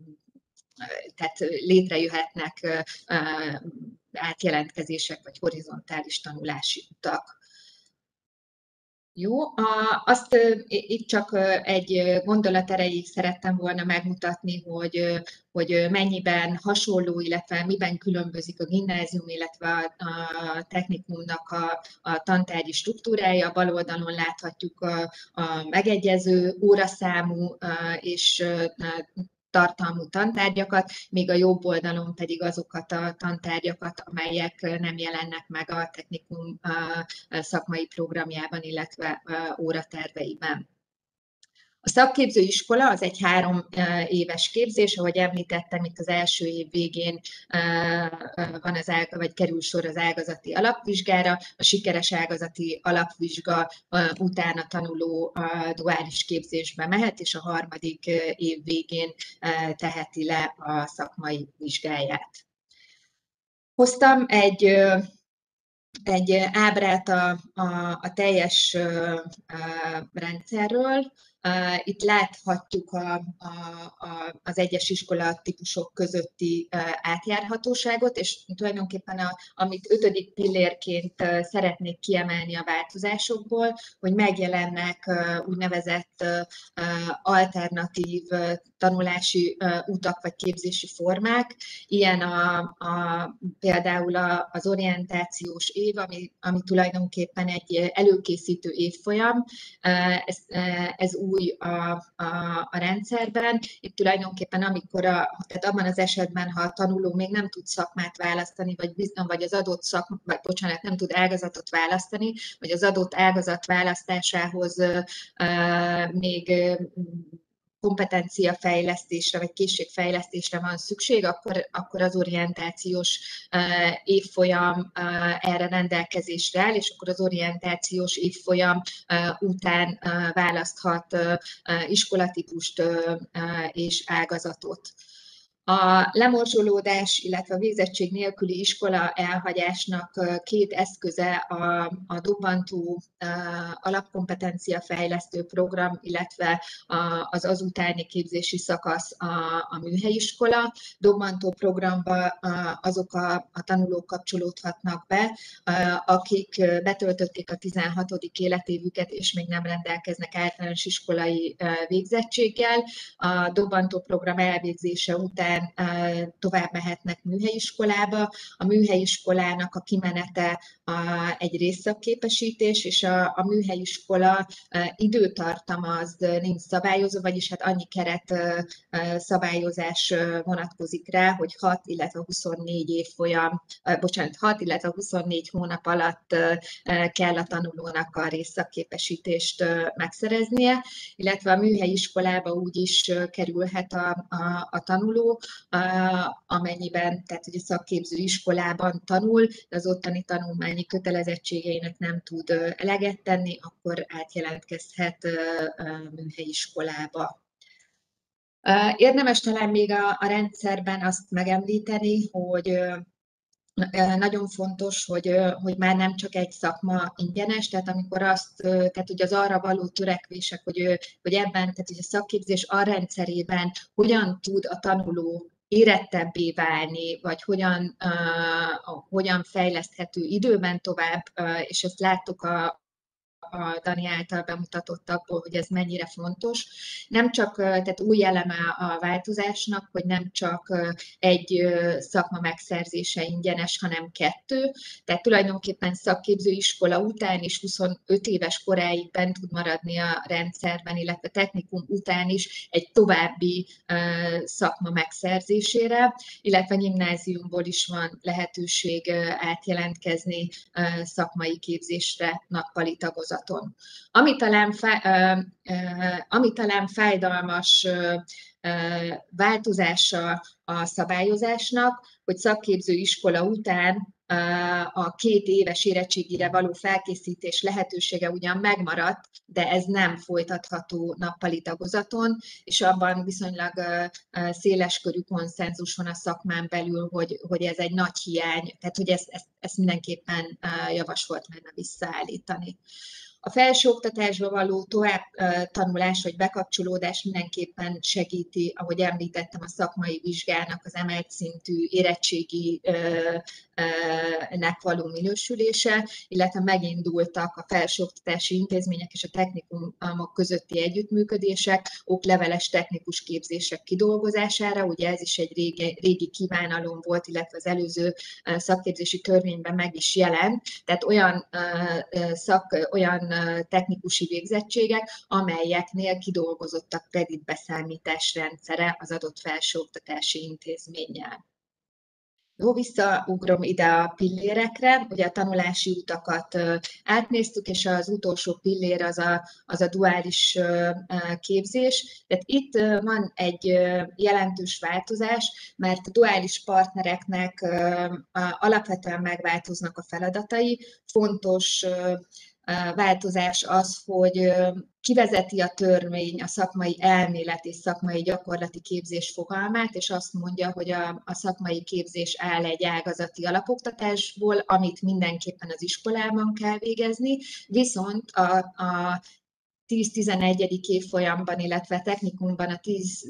tehát létrejöhetnek átjelentkezések vagy horizontális tanulási utak. Jó, azt itt csak egy gondolat erejéig szerettem volna megmutatni, hogy, hogy mennyiben hasonló, illetve miben különbözik a gimnázium, illetve a technikumnak a, a tantárgyi struktúrája. A bal oldalon láthatjuk a, a megegyező óraszámú és tartalmú tantárgyakat, míg a jobb oldalon pedig azokat a tantárgyakat, amelyek nem jelennek meg a technikum szakmai programjában, illetve óraterveiben. A szakképzőiskola az egy három éves képzés, ahogy említettem, itt az első év végén van az ág, vagy kerül sor az ágazati alapvizsgára, a sikeres ágazati alapvizsga után a tanuló a duális képzésbe mehet, és a harmadik év végén teheti le a szakmai vizsgáját. Hoztam egy egy ábrát a, a, a teljes rendszerről. Itt láthatjuk a, a, a, az egyes iskolatípusok közötti átjárhatóságot, és tulajdonképpen a, amit ötödik pillérként szeretnék kiemelni a változásokból, hogy megjelennek úgynevezett alternatív tanulási utak vagy képzési formák. Ilyen a, a, például a, az orientációs év, ami, ami tulajdonképpen egy előkészítő évfolyam. Ez, ez új a, a, a rendszerben. Itt tulajdonképpen amikor a, tehát abban az esetben, ha a tanuló még nem tud szakmát választani, vagy, bizony, vagy az adott szakma, vagy bocsánat, nem tud ágazatot választani, vagy az adott ágazat választásához uh, még uh, kompetenciafejlesztésre vagy készségfejlesztésre van szükség, akkor, akkor az orientációs uh, évfolyam uh, erre rendelkezésre áll, és akkor az orientációs évfolyam uh, után uh, választhat uh, iskolatípust uh, és ágazatot. A lemorzsolódás, illetve a végzettség nélküli iskola elhagyásnak két eszköze a, a dobbantó alapkompetencia fejlesztő program, illetve az azutáni képzési szakasz a, a műhelyiskola. Dobbantó programba azok a, a tanulók kapcsolódhatnak be, akik betöltötték a tizenhatodik életévüket, és még nem rendelkeznek általános iskolai végzettséggel. A dobbantó program elvégzése után után tovább mehetnek műhelyiskolába. A műhelyiskolának a kimenete egy részszakképesítés, és a, a műhelyiskola időtartama az nincs szabályozó, vagyis hát annyi keret szabályozás vonatkozik rá, hogy hat, illetve huszonnégy évfolyam, bocsánat, hat, illetve huszonnégy hónap alatt kell a tanulónak a részszakképesítést megszereznie, illetve a műhelyiskolába úgy is kerülhet a, a, a tanuló, amennyiben, tehát hogy a szakképző iskolában tanul, de az ottani tanulmányi kötelezettségeinek nem tud eleget tenni, akkor átjelentkezhet műhelyiskolába. Érdemes talán még a, a rendszerben azt megemlíteni, hogy nagyon fontos, hogy, hogy már nem csak egy szakma ingyenes, tehát amikor azt, tehát hogy az arra való törekvések, hogy, hogy ebben, tehát hogy a szakképzés arrendszerében hogyan tud a tanuló érettebbé válni, vagy hogyan, uh, hogyan fejleszthető időben tovább, uh, és ezt láttuk a a Dani által bemutatottakból, hogy ez mennyire fontos. Nem csak, tehát új eleme a változásnak, hogy nem csak egy szakma megszerzése ingyenes, hanem kettő. Tehát tulajdonképpen szakképzőiskola után is huszonöt éves koráig bent tud maradni a rendszerben, illetve technikum után is egy további szakma megszerzésére, illetve gimnáziumból is van lehetőség átjelentkezni szakmai képzésre nappali tagozaton. Ami talán, fáj, ami talán fájdalmas változása a szabályozásnak, hogy szakképző iskola után a két éves érettségire való felkészítés lehetősége ugyan megmaradt, de ez nem folytatható nappali tagozaton, és abban viszonylag széleskörű konszenzus van a szakmán belül, hogy, hogy ez egy nagy hiány, tehát hogy ezt, ezt, ezt mindenképpen javasolt lenne visszaállítani. A felsőoktatásba való tovább tanulás vagy bekapcsolódás mindenképpen segíti, ahogy említettem, a szakmai vizsgának az emelt szintű érettségi nek való minősülése, illetve megindultak a felsőoktatási intézmények és a technikumok közötti együttműködések, okleveles technikus képzések kidolgozására, ugye ez is egy régi, régi kívánalom volt, illetve az előző szakképzési törvényben meg is jelent, tehát olyan, szak, olyan technikusi végzettségek, amelyeknél kidolgozott a kreditbeszámítás rendszere az adott felsőoktatási intézménnyel. Jó, visszaugrom ide a pillérekre, ugye a tanulási utakat átnéztük, és az utolsó pillér az a, az a duális képzés. Tehát itt van egy jelentős változás, mert a duális partnereknek alapvetően megváltoznak a feladatai. Fontos változás az, hogy kivezeti a törvény a szakmai elmélet és szakmai gyakorlati képzés fogalmát, és azt mondja, hogy a, a szakmai képzés áll egy ágazati alapoktatásból, amit mindenképpen az iskolában kell végezni, viszont a, a tíz-tizenegyedik évfolyamban, illetve technikumban a tíz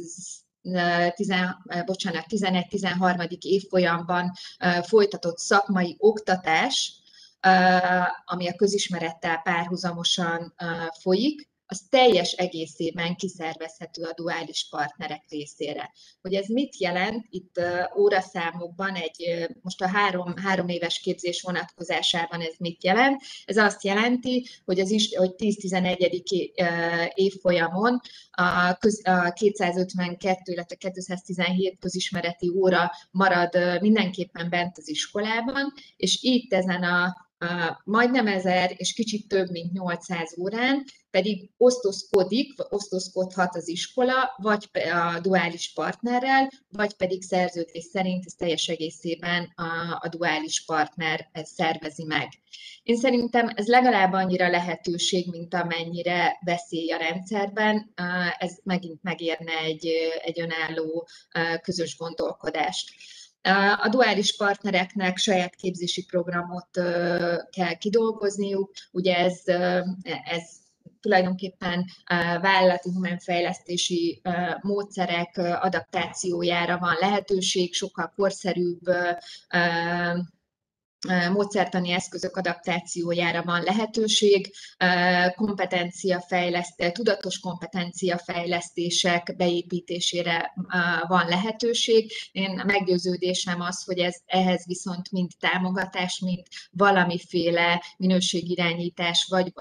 bocsánat, tizenegy-tizenharmadik évfolyamban folytatott szakmai oktatás, ami a közismerettel párhuzamosan folyik, az teljes egészében kiszervezhető a duális partnerek részére. Hogy ez mit jelent? Itt óraszámokban, egy, most a három, három éves képzés vonatkozásában ez mit jelent? Ez azt jelenti, hogy, az is, hogy tíz-tizenegyedik évfolyamon a, köz, a kétszázötvenkettő, illetve kétszáztizenhét közismereti óra marad mindenképpen bent az iskolában, és itt ezen a Uh, majdnem ezer és kicsit több, mint nyolcszáz órán, pedig osztozkodik, osztozkodhat az iskola, vagy a duális partnerrel, vagy pedig szerződés szerint ez teljes egészében a, a duális partner szervezi meg. Én szerintem ez legalább annyira lehetőség, mint amennyire veszély a rendszerben, uh, ez megint megérne egy, egy önálló uh, közös gondolkodást. A duális partnereknek saját képzési programot kell kidolgozniuk, ugye ez, ez tulajdonképpen vállalati humánfejlesztési módszerek adaptációjára van lehetőség, sokkal korszerűbb módszertani eszközök adaptációjára van lehetőség, kompetenciafejlesztés, tudatos kompetenciafejlesztések beépítésére van lehetőség. Én meggyőződésem az, hogy ez ehhez viszont mind támogatás, mind valamiféle minőségirányítás, vagy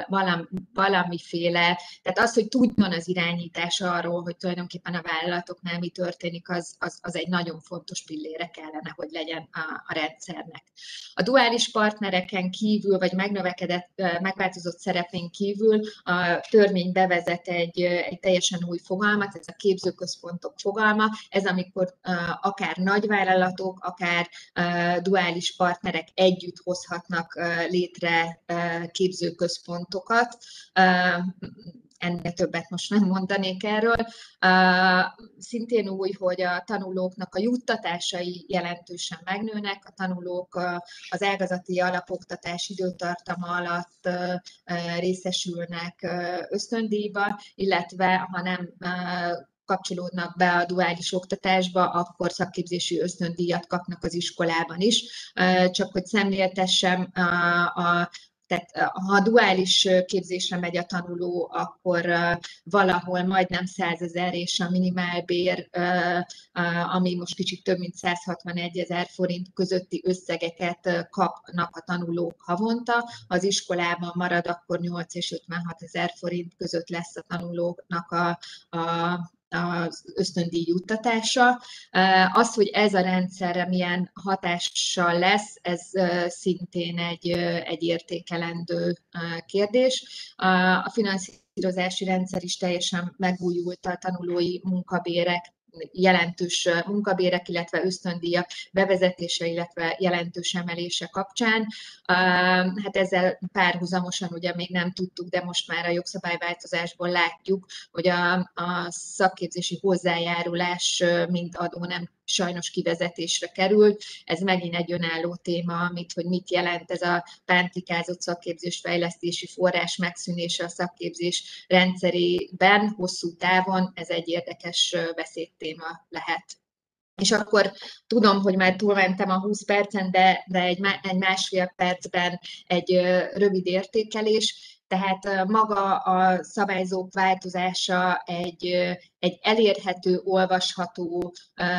valamiféle, tehát az, hogy tudjon az irányítás arról, hogy tulajdonképpen a vállalatoknál mi történik, az, az, az egy nagyon fontos pillére kellene, hogy legyen a, a rendszernek. A duális partnereken kívül, vagy megnövekedett, megváltozott szerepén kívül a törvény bevezet egy, egy teljesen új fogalmat, ez a képzőközpontok fogalma. Ez amikor akár nagyvállalatok, akár duális partnerek együtt hozhatnak létre képzőközpontokat. Ennél többet most nem mondanék erről. Szintén új, hogy a tanulóknak a juttatásai jelentősen megnőnek, a tanulók az ágazati alapoktatás időtartama alatt részesülnek ösztöndíjba, illetve ha nem kapcsolódnak be a duális oktatásba, akkor szakképzési ösztöndíjat kapnak az iskolában is. Csak hogy szemléltessem, a Tehát ha a duális képzésre megy a tanuló, akkor valahol majdnem százezer és a minimálbér, ami most kicsit több mint százhatvanegyezer forint közötti összegeket kapnak a tanulók havonta. Az iskolában marad, akkor nyolc és ötvenhatezer forint között lesz a tanulóknak a, a az ösztöndíj juttatása. Az, hogy ez a rendszerre milyen hatással lesz, ez szintén egy, egy értékelendő kérdés. A finanszírozási rendszer is teljesen megújult, a tanulói munkabérek, jelentős munkabérek, illetve ösztöndíjak bevezetése, illetve jelentős emelése kapcsán. Hát ezzel párhuzamosan ugye még nem tudtuk, de most már a jogszabályváltozásból látjuk, hogy a, a szakképzési hozzájárulás mint adó nem sajnos kivezetésre került. Ez megint egy önálló téma, amit, hogy mit jelent ez a pántlikázott szakképzés fejlesztési forrás megszűnése a szakképzés rendszerében hosszú távon. Ez egy érdekes beszédtéma lehet. És akkor tudom, hogy már túlmentem a húsz percen, de, de egy, egy másfél percben egy rövid értékelés. Tehát maga a szabályzók változása egy, egy elérhető, olvasható,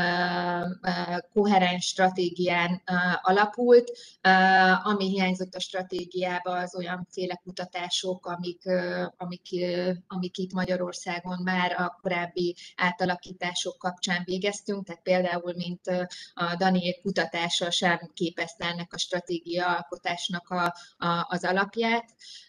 koherens stratégián alapult. Ami hiányzott a stratégiába, az olyanféle kutatások, amik, amik, amik itt Magyarországon már a korábbi átalakítások kapcsán végeztünk, tehát például, mint a Daniék kutatása sem képezte ennek a stratégiaalkotásnak a, a, az alapját.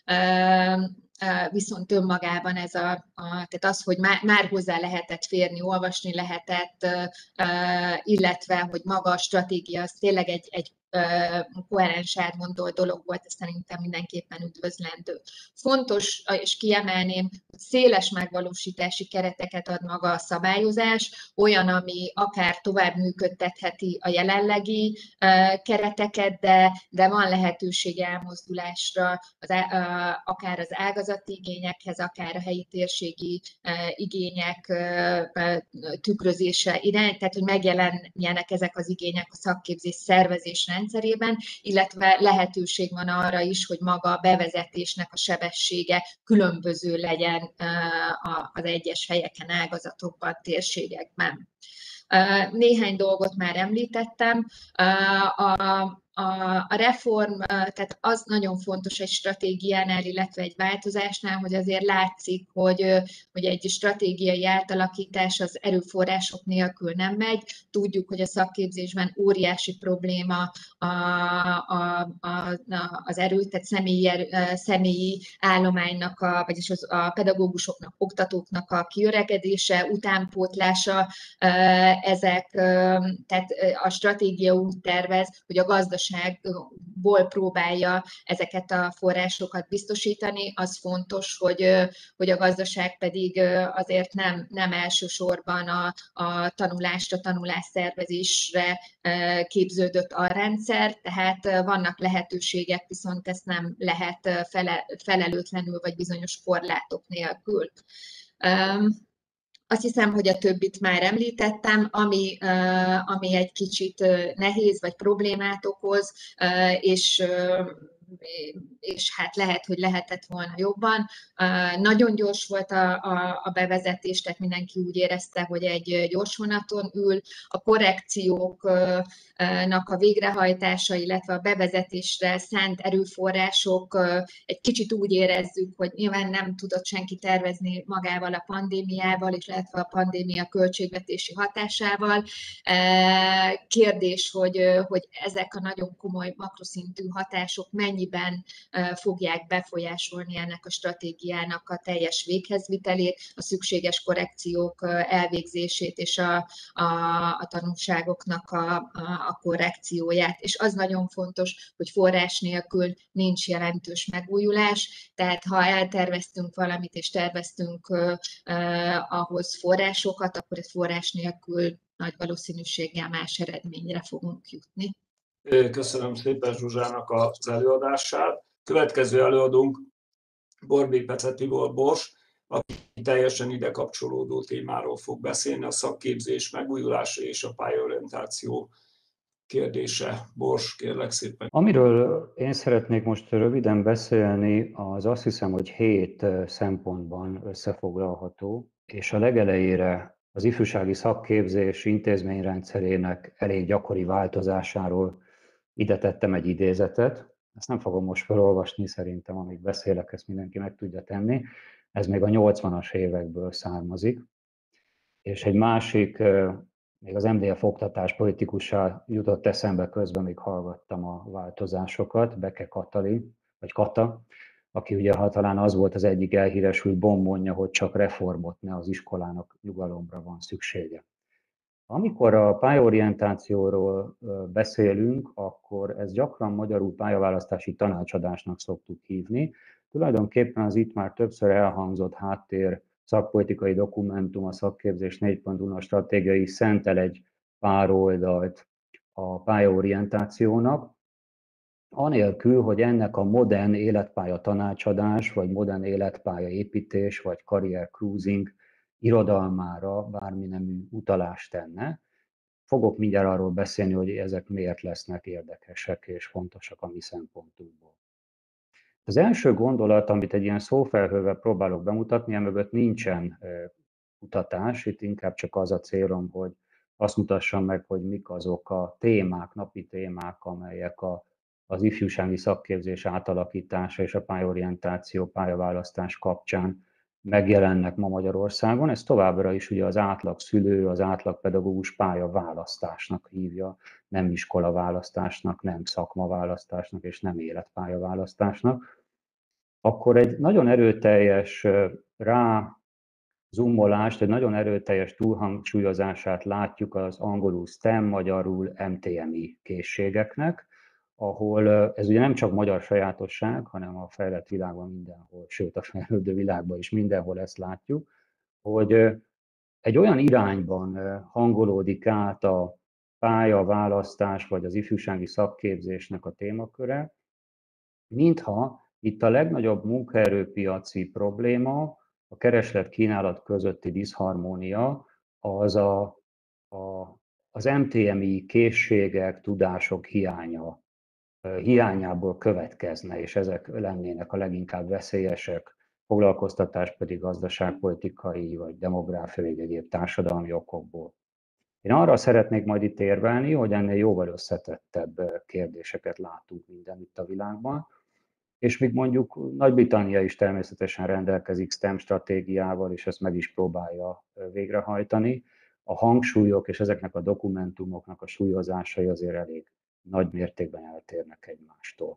Viszont önmagában ez a, a tehát az, hogy már, már hozzá lehetett férni, olvasni lehetett, illetve, hogy maga a stratégia az tényleg egy, egy koherens átgondolt dolog volt, ez szerintem mindenképpen üdvözlendő. Fontos, és kiemelném, hogy széles megvalósítási kereteket ad maga a szabályozás, olyan, ami akár tovább működtetheti a jelenlegi kereteket, de, de van lehetőség elmozdulásra, az, akár az ágazati igényekhez, akár a helyi térségi igények tükrözése irány, tehát hogy megjelenjenek ezek az igények a szakképzés szervezés rendszerében, illetve lehetőség van arra is, hogy maga a bevezetésnek a sebessége különböző legyen az egyes helyeken, ágazatokban, térségekben. Néhány dolgot már említettem. A A reform, tehát az nagyon fontos egy stratégiánál, illetve egy változásnál, hogy azért látszik, hogy, hogy egy stratégiai átalakítás az erőforrások nélkül nem megy. Tudjuk, hogy a szakképzésben óriási probléma a, a, a, az erő, tehát személyi, személyi állománynak, a, vagyis az, a pedagógusoknak, oktatóknak a kiöregedése, utánpótlása, ezek, tehát a stratégia úgy tervez, hogy a gazdaság gazdaságból próbálja ezeket a forrásokat biztosítani. Az fontos, hogy, hogy a gazdaság pedig azért nem, nem elsősorban a, a tanulásra, tanulásszervezésre képződött a rendszer, tehát vannak lehetőségek, viszont ezt nem lehet fele, felelőtlenül vagy bizonyos korlátok nélkül. Azt hiszem, hogy a többit már említettem, ami, ami egy kicsit nehéz vagy problémát okoz, és és hát lehet, hogy lehetett volna jobban. Nagyon gyors volt a, a, a bevezetés, tehát mindenki úgy érezte, hogy egy gyors vonaton ül. A korrekcióknak a végrehajtása, illetve a bevezetésre szánt erőforrások egy kicsit úgy érezzük, hogy nyilván nem tudott senki tervezni magával a pandémiával, illetve a pandémia költségvetési hatásával. Kérdés, hogy, hogy ezek a nagyon komoly makroszintű hatások mennyiben fogják befolyásolni ennek a stratégiának a teljes véghezvitelét, a szükséges korrekciók elvégzését és a, a, a tanulságoknak a, a, a korrekcióját. És az nagyon fontos, hogy forrás nélkül nincs jelentős megújulás, tehát ha elterveztünk valamit és terveztünk uh, uh, ahhoz forrásokat, akkor ez forrás nélkül nagy valószínűséggel más eredményre fogunk jutni. Köszönöm szépen Zsuzsának az előadását. Következő előadónk Borbély Pető Tibor Bors, aki teljesen ide kapcsolódó témáról fog beszélni, a szakképzés megújulása és a pályaorientáció kérdése. Bors, kérlek szépen. Amiről én szeretnék most röviden beszélni, az azt hiszem, hogy hét szempontban összefoglalható, és a legelejére az ifjúsági szakképzés intézményrendszerének elég gyakori változásáról ide tettem egy idézetet. Ezt nem fogom most felolvasni, szerintem amíg beszélek, ezt mindenki meg tudja tenni. Ez még a nyolcvanas évekből származik. És egy másik, még az em dé ef oktatás politikussá jutott eszembe közben, még hallgattam a változásokat, Beke Katalin, vagy Kata, aki ugye ha talán az volt az egyik elhíresült bombonja, hogy csak reformot, ne az iskolának nyugalomra van szüksége. Amikor a pályaorientációról beszélünk, akkor ez gyakran magyarul pályaválasztási tanácsadásnak szoktuk hívni. Tulajdonképpen az itt már többször elhangzott háttér szakpolitikai dokumentum, a szakképzés négy pont nulla stratégiai szentel egy pár oldalt a pályaorientációnak, anélkül, hogy ennek a modern életpálya tanácsadás, vagy modern életpálya építés, vagy karrier cruising irodalmára bármi nemű utalást tenne. Fogok mindjárt arról beszélni, hogy ezek miért lesznek érdekesek és fontosak a mi szempontunkból. Az első gondolat, amit egy ilyen szófelhővel próbálok bemutatni, emögött nincsen kutatás, itt inkább csak az a célom, hogy azt mutassam meg, hogy mik azok a témák, napi témák, amelyek a, az ifjúsági szakképzés átalakítása és a pályaorientáció, pályaválasztás kapcsán megjelennek ma Magyarországon. Ez továbbra is ugye az átlag szülő, az átlag pedagógus pályaválasztásnak hívja, nem iskolaválasztásnak, nem szakmaválasztásnak és nem életpályaválasztásnak. Akkor egy nagyon erőteljes rá zoomolást, egy nagyon erőteljes túlhangsúlyozását látjuk az angolul STEM, magyarul em té em i készségeknek, ahol ez ugye nem csak magyar sajátosság, hanem a fejlett világban mindenhol, sőt a fejlődő világban is mindenhol ezt látjuk, hogy egy olyan irányban hangolódik át a pályaválasztás vagy az ifjúsági szakképzésnek a témaköre, mintha itt a legnagyobb munkaerőpiaci probléma, a kereslet-kínálat közötti diszharmónia az a, a, az em té em i készségek, tudások hiánya, hiányából következne, és ezek lennének a leginkább veszélyesek, foglalkoztatás pedig gazdaságpolitikai vagy demográfiai vagy egyéb társadalmi okokból. Én arra szeretnék majd itt érvelni, hogy ennél jóval összetettebb kérdéseket látunk mindenütt a világban, és még mondjuk Nagy-Britannia is természetesen rendelkezik STEM stratégiával, és ezt meg is próbálja végrehajtani. A hangsúlyok és ezeknek a dokumentumoknak a súlyozásai azért elég nagy mértékben eltérnek egymástól.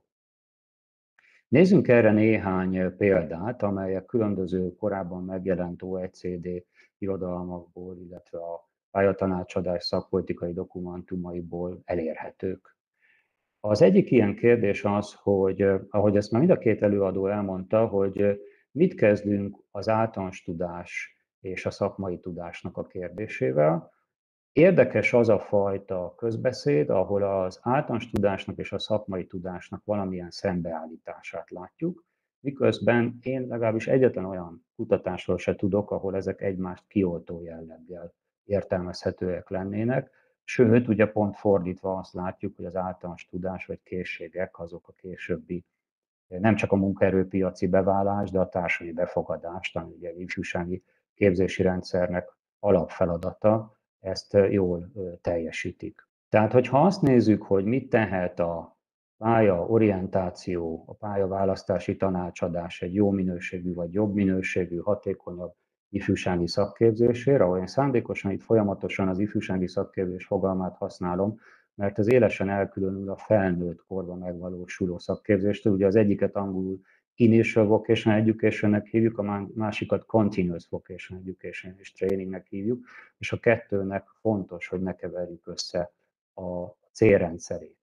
Nézzünk erre néhány példát, amelyek különböző korábban megjelent o e cé dé irodalmakból, illetve a pályatanácsadás szakpolitikai dokumentumaiból elérhetők. Az egyik ilyen kérdés az, hogy ahogy ezt már mind a két előadó elmondta, hogy mit kezdünk az általános tudás és a szakmai tudásnak a kérdésével. Érdekes az a fajta közbeszéd, ahol az általános tudásnak és a szakmai tudásnak valamilyen szembeállítását látjuk, miközben én legalábbis egyetlen olyan kutatásról se tudok, ahol ezek egymást kioltó jelleggel értelmezhetőek lennének. Sőt, ugye pont fordítva azt látjuk, hogy az általános tudás vagy készségek azok a későbbi nem csak a munkaerőpiaci beválás, de a társadalmi befogadást, ami ugye ifjúsági képzési rendszernek alapfeladata, ezt jól teljesítik. Tehát, hogyha azt nézzük, hogy mit tehet a pályaorientáció, a pályaválasztási tanácsadás egy jó minőségű vagy jobb minőségű, hatékonyabb ifjúsági szakképzésére, ahol én szándékosan itt folyamatosan az ifjúsági szakképzés fogalmát használom, mert ez élesen elkülönül a felnőtt korban megvalósuló szakképzéstől. Ugye az egyiket angolul Initial Vocational Education-nek hívjuk, a másikat Continuous Vocational Education és Trainingnek hívjuk, és a kettőnek fontos, hogy ne keverjük össze a célrendszerét.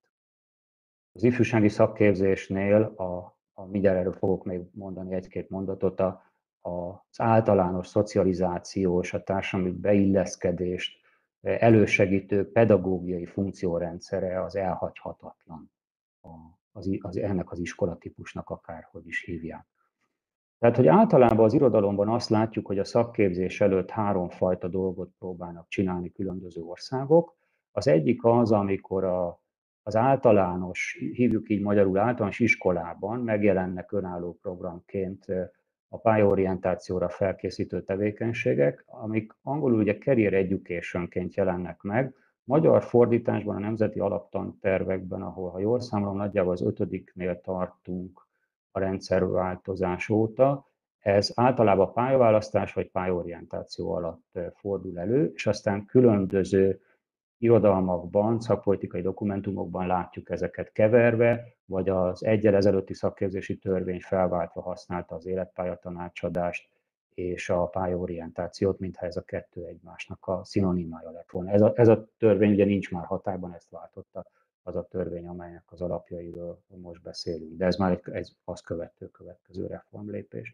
Az ifjúsági szakképzésnél, a, a mindjárt erről fogok még mondani egy-két mondatot, a, az általános szocializációs, a társadalmi beilleszkedést elősegítő pedagógiai funkciórendszere az elhagyhatatlan az, az, ennek az iskolatípusnak, akárhogy is hívják. Tehát, hogy általában az irodalomban azt látjuk, hogy a szakképzés előtt háromfajta dolgot próbálnak csinálni különböző országok. Az egyik az, amikor a, az általános, hívjuk így magyarul általános iskolában megjelennek önálló programként a pályaorientációra felkészítő tevékenységek, amik angolul ugye career educationként jelennek meg. Magyar fordításban a nemzeti alaptantervekben, ahol, ha jól számolom, nagyjából az ötödiknél tartunk a rendszerváltozás óta, ez általában pályaválasztás vagy pályaorientáció alatt fordul elő, és aztán különböző irodalmakban, szakpolitikai dokumentumokban látjuk ezeket keverve, vagy az egyel ezelőtti szakképzési törvény felváltva használta az életpályatanácsadást és a pályaorientációt, mintha ez a kettő egymásnak a szinonimája lett volna. Ez a, ez a törvény ugye nincs már hatályban, ezt váltotta az a törvény, amelynek az alapjairól most beszélünk, de ez már egy, egy azt követő következő reformlépés.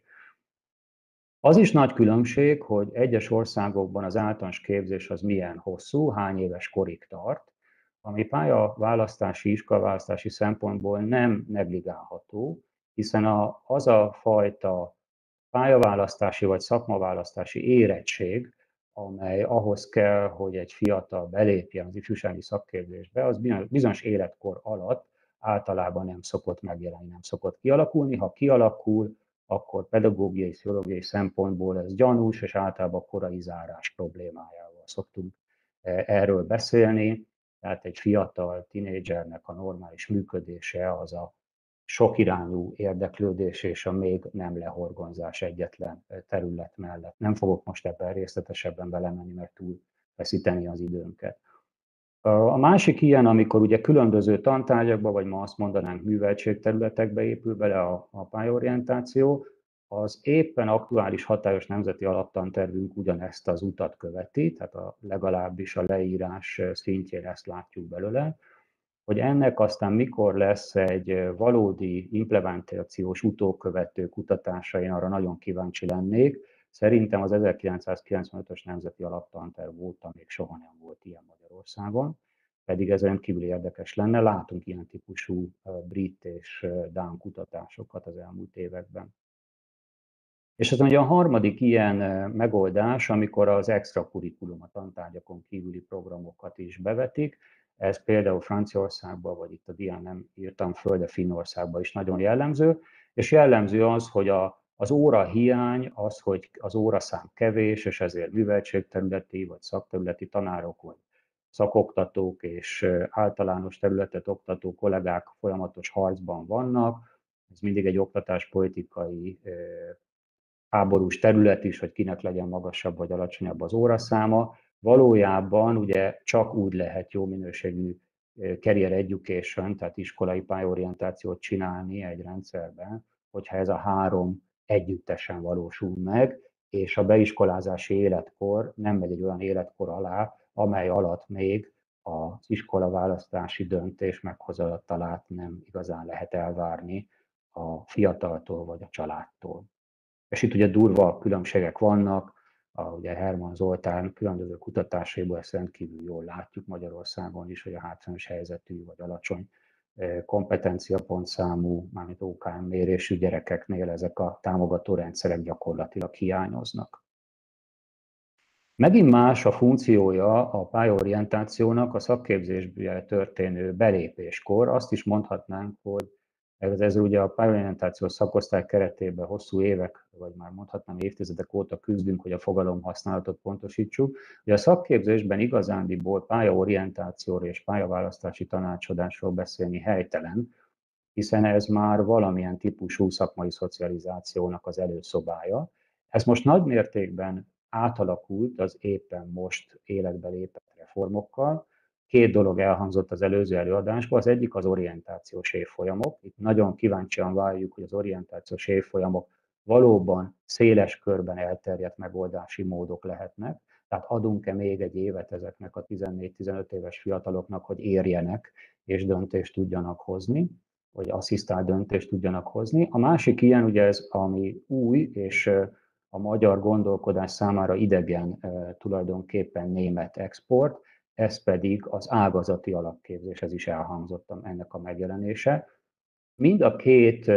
Az is nagy különbség, hogy egyes országokban az általános képzés az milyen hosszú, hány éves korig tart, ami pályaválasztási, iskolaválasztási szempontból nem negligálható, hiszen a, az a fajta pályaválasztási vagy szakmaválasztási érettség, amely ahhoz kell, hogy egy fiatal belépjen az ifjúsági szakképzésbe, az bizonyos életkor alatt általában nem szokott megjelenni, nem szokott kialakulni. Ha kialakul, akkor pedagógiai, pszichológiai szempontból ez gyanús, és általában korai zárás problémájával szoktunk erről beszélni. Tehát egy fiatal tinédzsernek a normális működése az a sokirányú érdeklődés és a még nem lehorgonzás egyetlen terület mellett. Nem fogok most ebben részletesebben belemenni, mert túl veszíteni az időnket. A másik ilyen, amikor ugye különböző tantárgyakba, vagy ma azt mondanánk műveltségterületekbe épül bele a, a pályaorientáció, az éppen aktuális hatályos nemzeti alaptantervünk ugyanezt az utat követi, tehát a, legalábbis a leírás szintjén ezt látjuk belőle, hogy ennek aztán mikor lesz egy valódi implementációs utókövető kutatása, én arra nagyon kíváncsi lennék. Szerintem az ezerkilencszázkilencvenötös nemzeti alaptanterv óta még soha nem volt ilyen Magyarországon, pedig ez rendkívül érdekes lenne. Látunk ilyen típusú brit és dán kutatásokat az elmúlt években. És aztán ugye a harmadik ilyen megoldás, amikor az extra kurikulum, a tantárgyakon kívüli programokat is bevetik. Ez például Franciaországban, vagy itt a dián nem írtam föl, de Finnországban is nagyon jellemző. És jellemző az, hogy a, az óra hiány, az, hogy az óraszám kevés, és ezért műveltségterületi, vagy szakterületi tanárok, vagy szakoktatók és általános területet oktató kollégák folyamatos harcban vannak. Ez mindig egy oktatáspolitikai háborús terület is, hogy kinek legyen magasabb vagy alacsonyabb az óraszáma. Valójában ugye csak úgy lehet jó minőségű career education, tehát iskolai pályorientációt csinálni egy rendszerben, hogyha ez a három együttesen valósul meg, és a beiskolázási életkor nem megy egy olyan életkor alá, amely alatt még az iskolaválasztási döntés meghozatalát nem igazán lehet elvárni a fiataltól vagy a családtól. És itt ugye durva különbségek vannak, a, ugye Herman Zoltán különböző kutatásaiból ezt rendkívül jól látjuk Magyarországon is, hogy a hátrányos helyzetű vagy alacsony kompetenciapontszámú, mármint ó ká em mérésű gyerekeknél ezek a támogató rendszerek gyakorlatilag hiányoznak. Megint más a funkciója a pályaorientációnak a szakképzésbe történő belépéskor. Azt is mondhatnánk, hogy ez, ez ugye a pályaorientációs szakosztály keretében hosszú évek, vagy már mondhatnám évtizedek óta küzdünk, hogy a fogalom használatot pontosítsuk. Ugye a szakképzésben igazándiból pályaorientációról és pályaválasztási tanácsadásról beszélni helytelen, hiszen ez már valamilyen típusú szakmai szocializációnak az előszobája. Ez most nagy mértékben átalakult az éppen most életbe lépett reformokkal. Két dolog elhangzott az előző előadásban, az egyik az orientációs évfolyamok. Itt nagyon kíváncsian várjuk, hogy az orientációs évfolyamok valóban széles körben elterjedt megoldási módok lehetnek, tehát adunk-e még egy évet ezeknek a tizennégy-tizenöt éves fiataloknak, hogy érjenek és döntést tudjanak hozni, vagy asszisztált döntést tudjanak hozni. A másik ilyen, ugye ez, ami új, és a magyar gondolkodás számára idegen tulajdonképpen német export, ez pedig az ágazati alapképzés, ez is elhangzott ennek a megjelenése. Mind a két,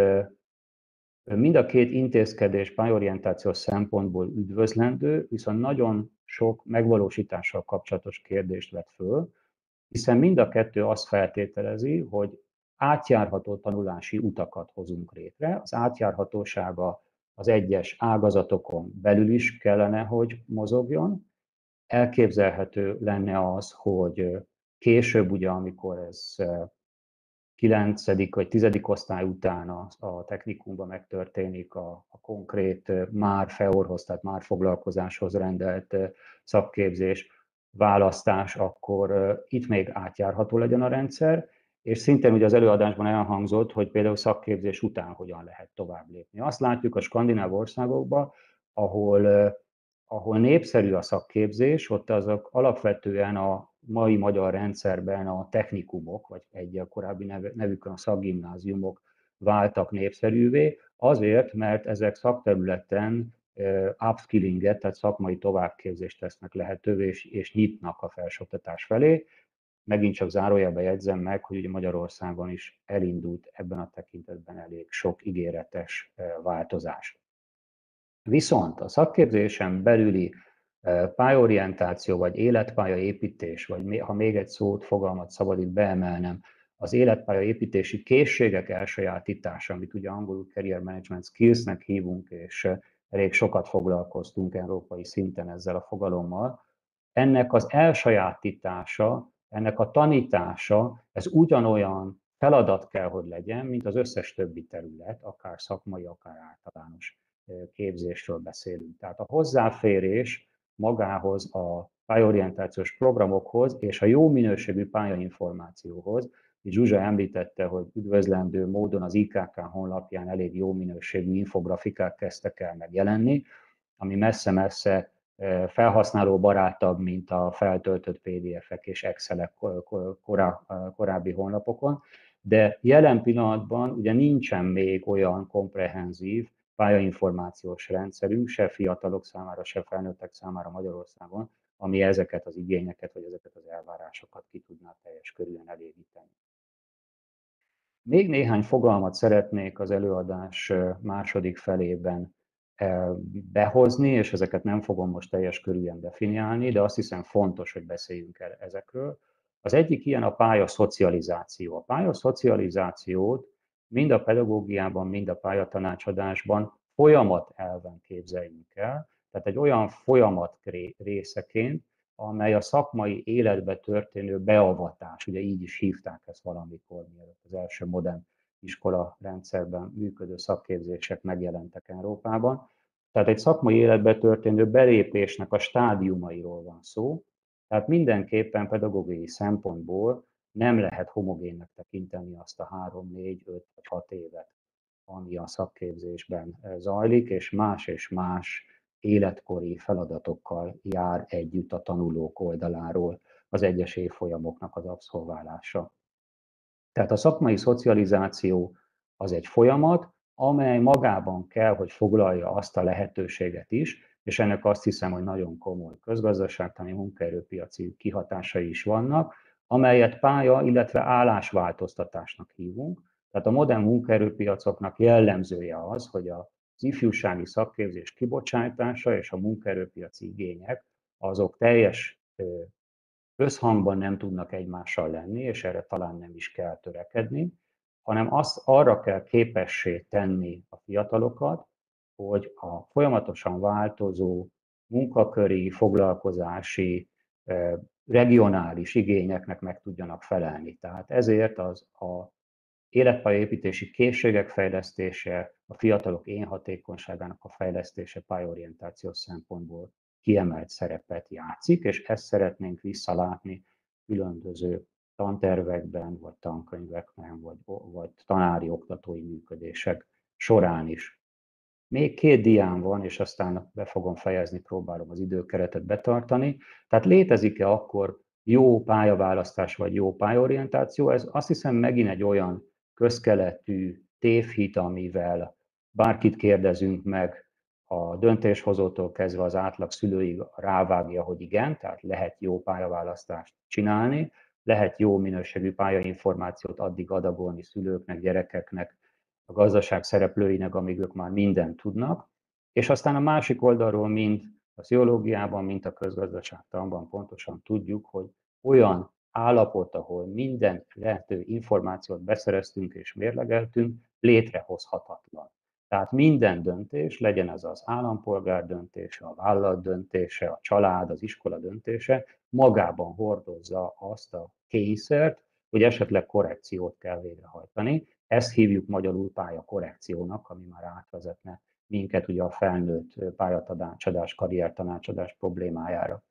mind a két intézkedés pályorientációs szempontból üdvözlendő, viszont nagyon sok megvalósítással kapcsolatos kérdést vet föl, hiszen mind a kettő azt feltételezi, hogy átjárható tanulási utakat hozunk létre. Az átjárhatósága az egyes ágazatokon belül is kellene, hogy mozogjon. Elképzelhető lenne az, hogy később, ugye, amikor ez kilencedik vagy tizedik osztály után a, a technikumban megtörténik a, a konkrét, már feorhoz, tehát már foglalkozáshoz rendelt szakképzés, választás, akkor itt még átjárható legyen a rendszer, és szintén ugye az előadásban elhangzott, hogy például szakképzés után hogyan lehet tovább lépni. Azt látjuk a skandináv országokban, ahol, ahol népszerű a szakképzés, ott azok alapvetően a mai magyar rendszerben a technikumok, vagy egy a korábbi nevükön a szakgimnáziumok váltak népszerűvé, azért, mert ezek szakterületen upskillinget, tehát szakmai továbbképzést tesznek lehetővé, és, és nyitnak a felsőoktatás felé. Megint csak zárójelben jegyzem meg, hogy ugye Magyarországon is elindult ebben a tekintetben elég sok ígéretes változás. Viszont a szakképzésen belüli pályorientáció, vagy életpályaépítés, vagy ha még egy szót, fogalmat szabad itt beemelnem, az életpályaépítési készségek elsajátítása, amit ugye angolul Career Management Skills-nek hívunk, és elég sokat foglalkoztunk európai szinten ezzel a fogalommal, ennek az elsajátítása, ennek a tanítása, ez ugyanolyan feladat kell, hogy legyen, mint az összes többi terület, akár szakmai, akár általános képzésről beszélünk. Tehát a hozzáférés magához, a pályorientációs programokhoz és a jó minőségű pályainformációhoz. Itt Zsuzsa említette, hogy üdvözlendő módon az i ká ká honlapján elég jó minőségű infografikák kezdtek el megjelenni, ami messze-messze felhasználó barátabb, mint a feltöltött pé dé ef-ek és Excelek korábbi honlapokon, de jelen pillanatban ugye nincsen még olyan komprehenzív pályainformációs rendszerünk, se fiatalok számára, se felnőttek számára Magyarországon, ami ezeket az igényeket, vagy ezeket az elvárásokat ki tudná teljes körülön elégíteni. Még néhány fogalmat szeretnék az előadás második felében behozni, és ezeket nem fogom most teljes körülön definiálni, de azt hiszem fontos, hogy beszéljünk el ezekről. Az egyik ilyen a pályaszocializáció. A pályaszocializációt mind a pedagógiában, mind a pályatanácsadásban folyamat elven képzeljünk el, tehát egy olyan folyamat részeként, amely a szakmai életbe történő beavatás, ugye így is hívták ezt valamikor, mielőtt az első modern iskola rendszerben működő szakképzések megjelentek Európában. Tehát egy szakmai életbe történő belépésnek a stádiumairól van szó, tehát mindenképpen pedagógiai szempontból nem lehet homogénnek tekinteni azt a három, négy, öt vagy hat évet, ami a szakképzésben zajlik, és más és más életkori feladatokkal jár együtt a tanulók oldaláról az egyes évfolyamoknak az abszolválása. Tehát a szakmai szocializáció az egy folyamat, amely magában kell, hogy foglalja azt a lehetőséget is, és ennek azt hiszem, hogy nagyon komoly közgazdaságtani, munkaerőpiaci kihatásai is vannak, amelyet pálya, illetve állásváltoztatásnak hívunk. Tehát a modern munkaerőpiacoknak jellemzője az, hogy az ifjúsági szakképzés kibocsátása és a munkaerőpiaci igények azok teljes összhangban nem tudnak egymással lenni, és erre talán nem is kell törekedni, hanem azt arra kell képessé tenni a fiatalokat, hogy a folyamatosan változó munkaköri, foglalkozási, regionális igényeknek meg tudjanak felelni. Tehát ezért az a életpályaépítési készségek fejlesztése, a fiatalok énhatékonyságának a fejlesztése pályaorientációs szempontból kiemelt szerepet játszik, és ezt szeretnénk visszalátni különböző tantervekben, vagy tankönyvekben, vagy, vagy tanári oktatói működések során is. Még két diám van, és aztán be fogom fejezni, próbálom az időkeretet betartani. Tehát létezik-e akkor jó pályaválasztás, vagy jó pályaorientáció? Ez azt hiszem megint egy olyan közkeletű tévhit, amivel bárkit kérdezünk meg, a döntéshozótól kezdve az átlag szülőig rávágja, hogy igen, tehát lehet jó pályaválasztást csinálni, lehet jó minőségű pályainformációt addig adagolni szülőknek, gyerekeknek, a gazdaság szereplőinek, amíg ők már mindent tudnak, és aztán a másik oldalról, mint a pszichológiában, mint a közgazdaságtanban pontosan tudjuk, hogy olyan állapot, ahol minden lehető információt beszereztünk és mérlegeltünk, létrehozhatatlan. Tehát minden döntés, legyen ez az állampolgár döntése, a vállalat döntése, a család, az iskola döntése, magában hordozza azt a kényszert, hogy esetleg korrekciót kell végrehajtani. Ezt hívjuk magyarul pályakorrekciónak, ami már átvezetne minket ugye a felnőtt pályatanácsadás, karriertanácsadás problémájára.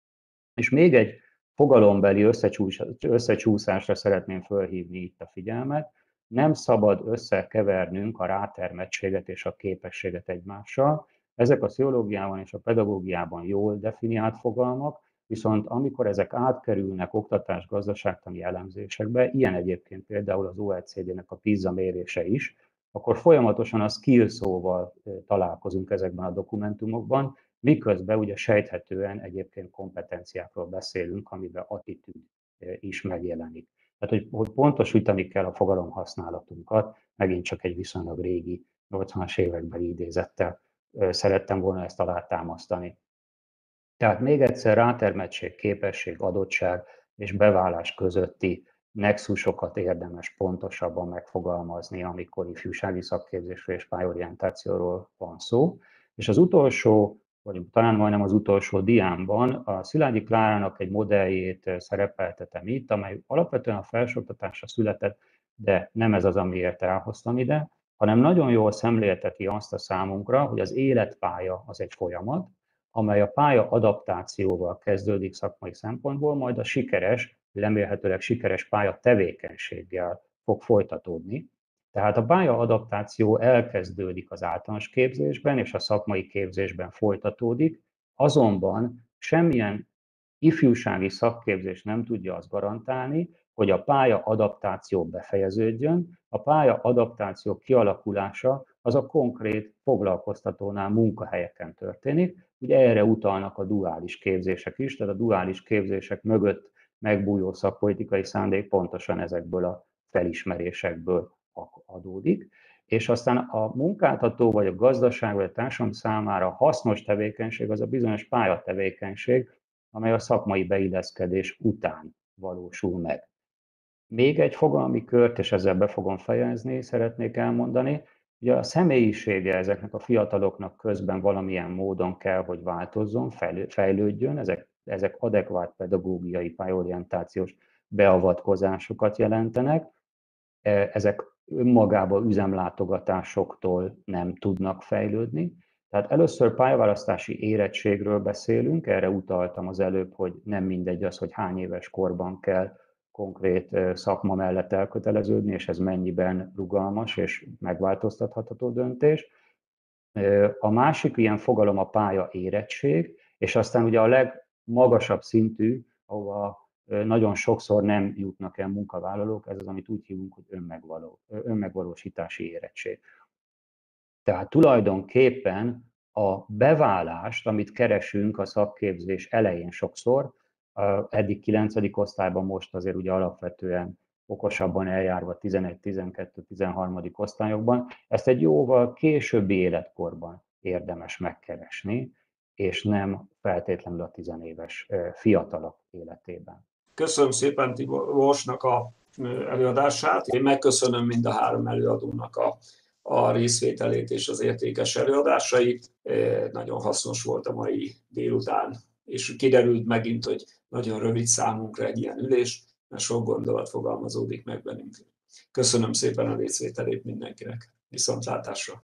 És még egy fogalombeli összecsúszásra szeretném fölhívni itt a figyelmet. Nem szabad összekevernünk a rátermettséget és a képességet egymással. Ezek a pszichológiában és a pedagógiában jól definiált fogalmak, viszont amikor ezek átkerülnek oktatás gazdaságtani elemzésekbe, ilyen egyébként például az o e cé dé-nek a PISA mérése is, akkor folyamatosan a skill szóval találkozunk ezekben a dokumentumokban, miközben ugye sejthetően egyébként kompetenciákról beszélünk, amiben attitűd is megjelenik. Tehát, hogy, hogy pontosítani kell a fogalomhasználatunkat, megint csak egy viszonylag régi nyolcvanas évekbeli idézettel szerettem volna ezt alátámasztani. Tehát még egyszer rátermettség, képesség, adottság és beválás közötti nexusokat érdemes pontosabban megfogalmazni, amikor ifjúsági szakképzésről és pályorientációról van szó. És az utolsó, vagy talán majdnem az utolsó diámban a Szilágyi Klárának egy modelljét szerepeltetem itt, amely alapvetően a felsőoktatásra született, de nem ez az, amiért elhoztam ide, hanem nagyon jól szemlélteti azt a számunkra, hogy az életpálya az egy folyamat, amely a pálya adaptációval kezdődik szakmai szempontból, majd a sikeres, remélhetőleg sikeres pálya tevékenységgel fog folytatódni. Tehát a pálya adaptáció elkezdődik az általános képzésben, és a szakmai képzésben folytatódik, azonban semmilyen ifjúsági szakképzés nem tudja azt garantálni, hogy a pálya adaptáció befejeződjön, a pálya adaptáció kialakulása az a konkrét foglalkoztatónál munkahelyeken történik. Ugye erre utalnak a duális képzések is, tehát a duális képzések mögött megbújó szakpolitikai szándék pontosan ezekből a felismerésekből adódik. És aztán a munkáltató, vagy a gazdaság, vagy a társadalom számára hasznos tevékenység az a bizonyos pályatevékenység, amely a szakmai beilleszkedés után valósul meg. Még egy fogalmi kört, és ezzel be fogom fejezni, szeretnék elmondani, hogy a személyisége ezeknek a fiataloknak közben valamilyen módon kell, hogy változzon, fejlődjön, ezek, ezek adekvát pedagógiai, pályorientációs beavatkozásokat jelentenek, ezek önmagában üzemlátogatásoktól nem tudnak fejlődni. Tehát először pályaválasztási érettségről beszélünk, erre utaltam az előbb, hogy nem mindegy az, hogy hány éves korban kell konkrét szakma mellett elköteleződni, és ez mennyiben rugalmas és megváltoztatható döntés. A másik ilyen fogalom a pálya érettség, és aztán ugye a legmagasabb szintű, ahova nagyon sokszor nem jutnak el munkavállalók, ez az, amit úgy hívunk, hogy önmegvaló, önmegvalósítási érettség. Tehát tulajdonképpen a beválást, amit keresünk a szakképzés elején sokszor, eddig kilencedik osztályban, most azért ugye alapvetően okosabban eljárva tizenegy, tizenkettő, tizenharmadik osztályokban. Ezt egy jóval későbbi életkorban érdemes megkeresni, és nem feltétlenül a tizenéves fiatalok életében. Köszönöm szépen Tiborsnak a előadását. Én megköszönöm mind a három előadónak a, a részvételét és az értékes előadásait. Nagyon hasznos volt a mai délután, és kiderült megint, hogy nagyon rövid számunkra egy ilyen ülés, mert sok gondolat fogalmazódik meg bennünk. Köszönöm szépen a részvételét mindenkinek. Viszontlátásra!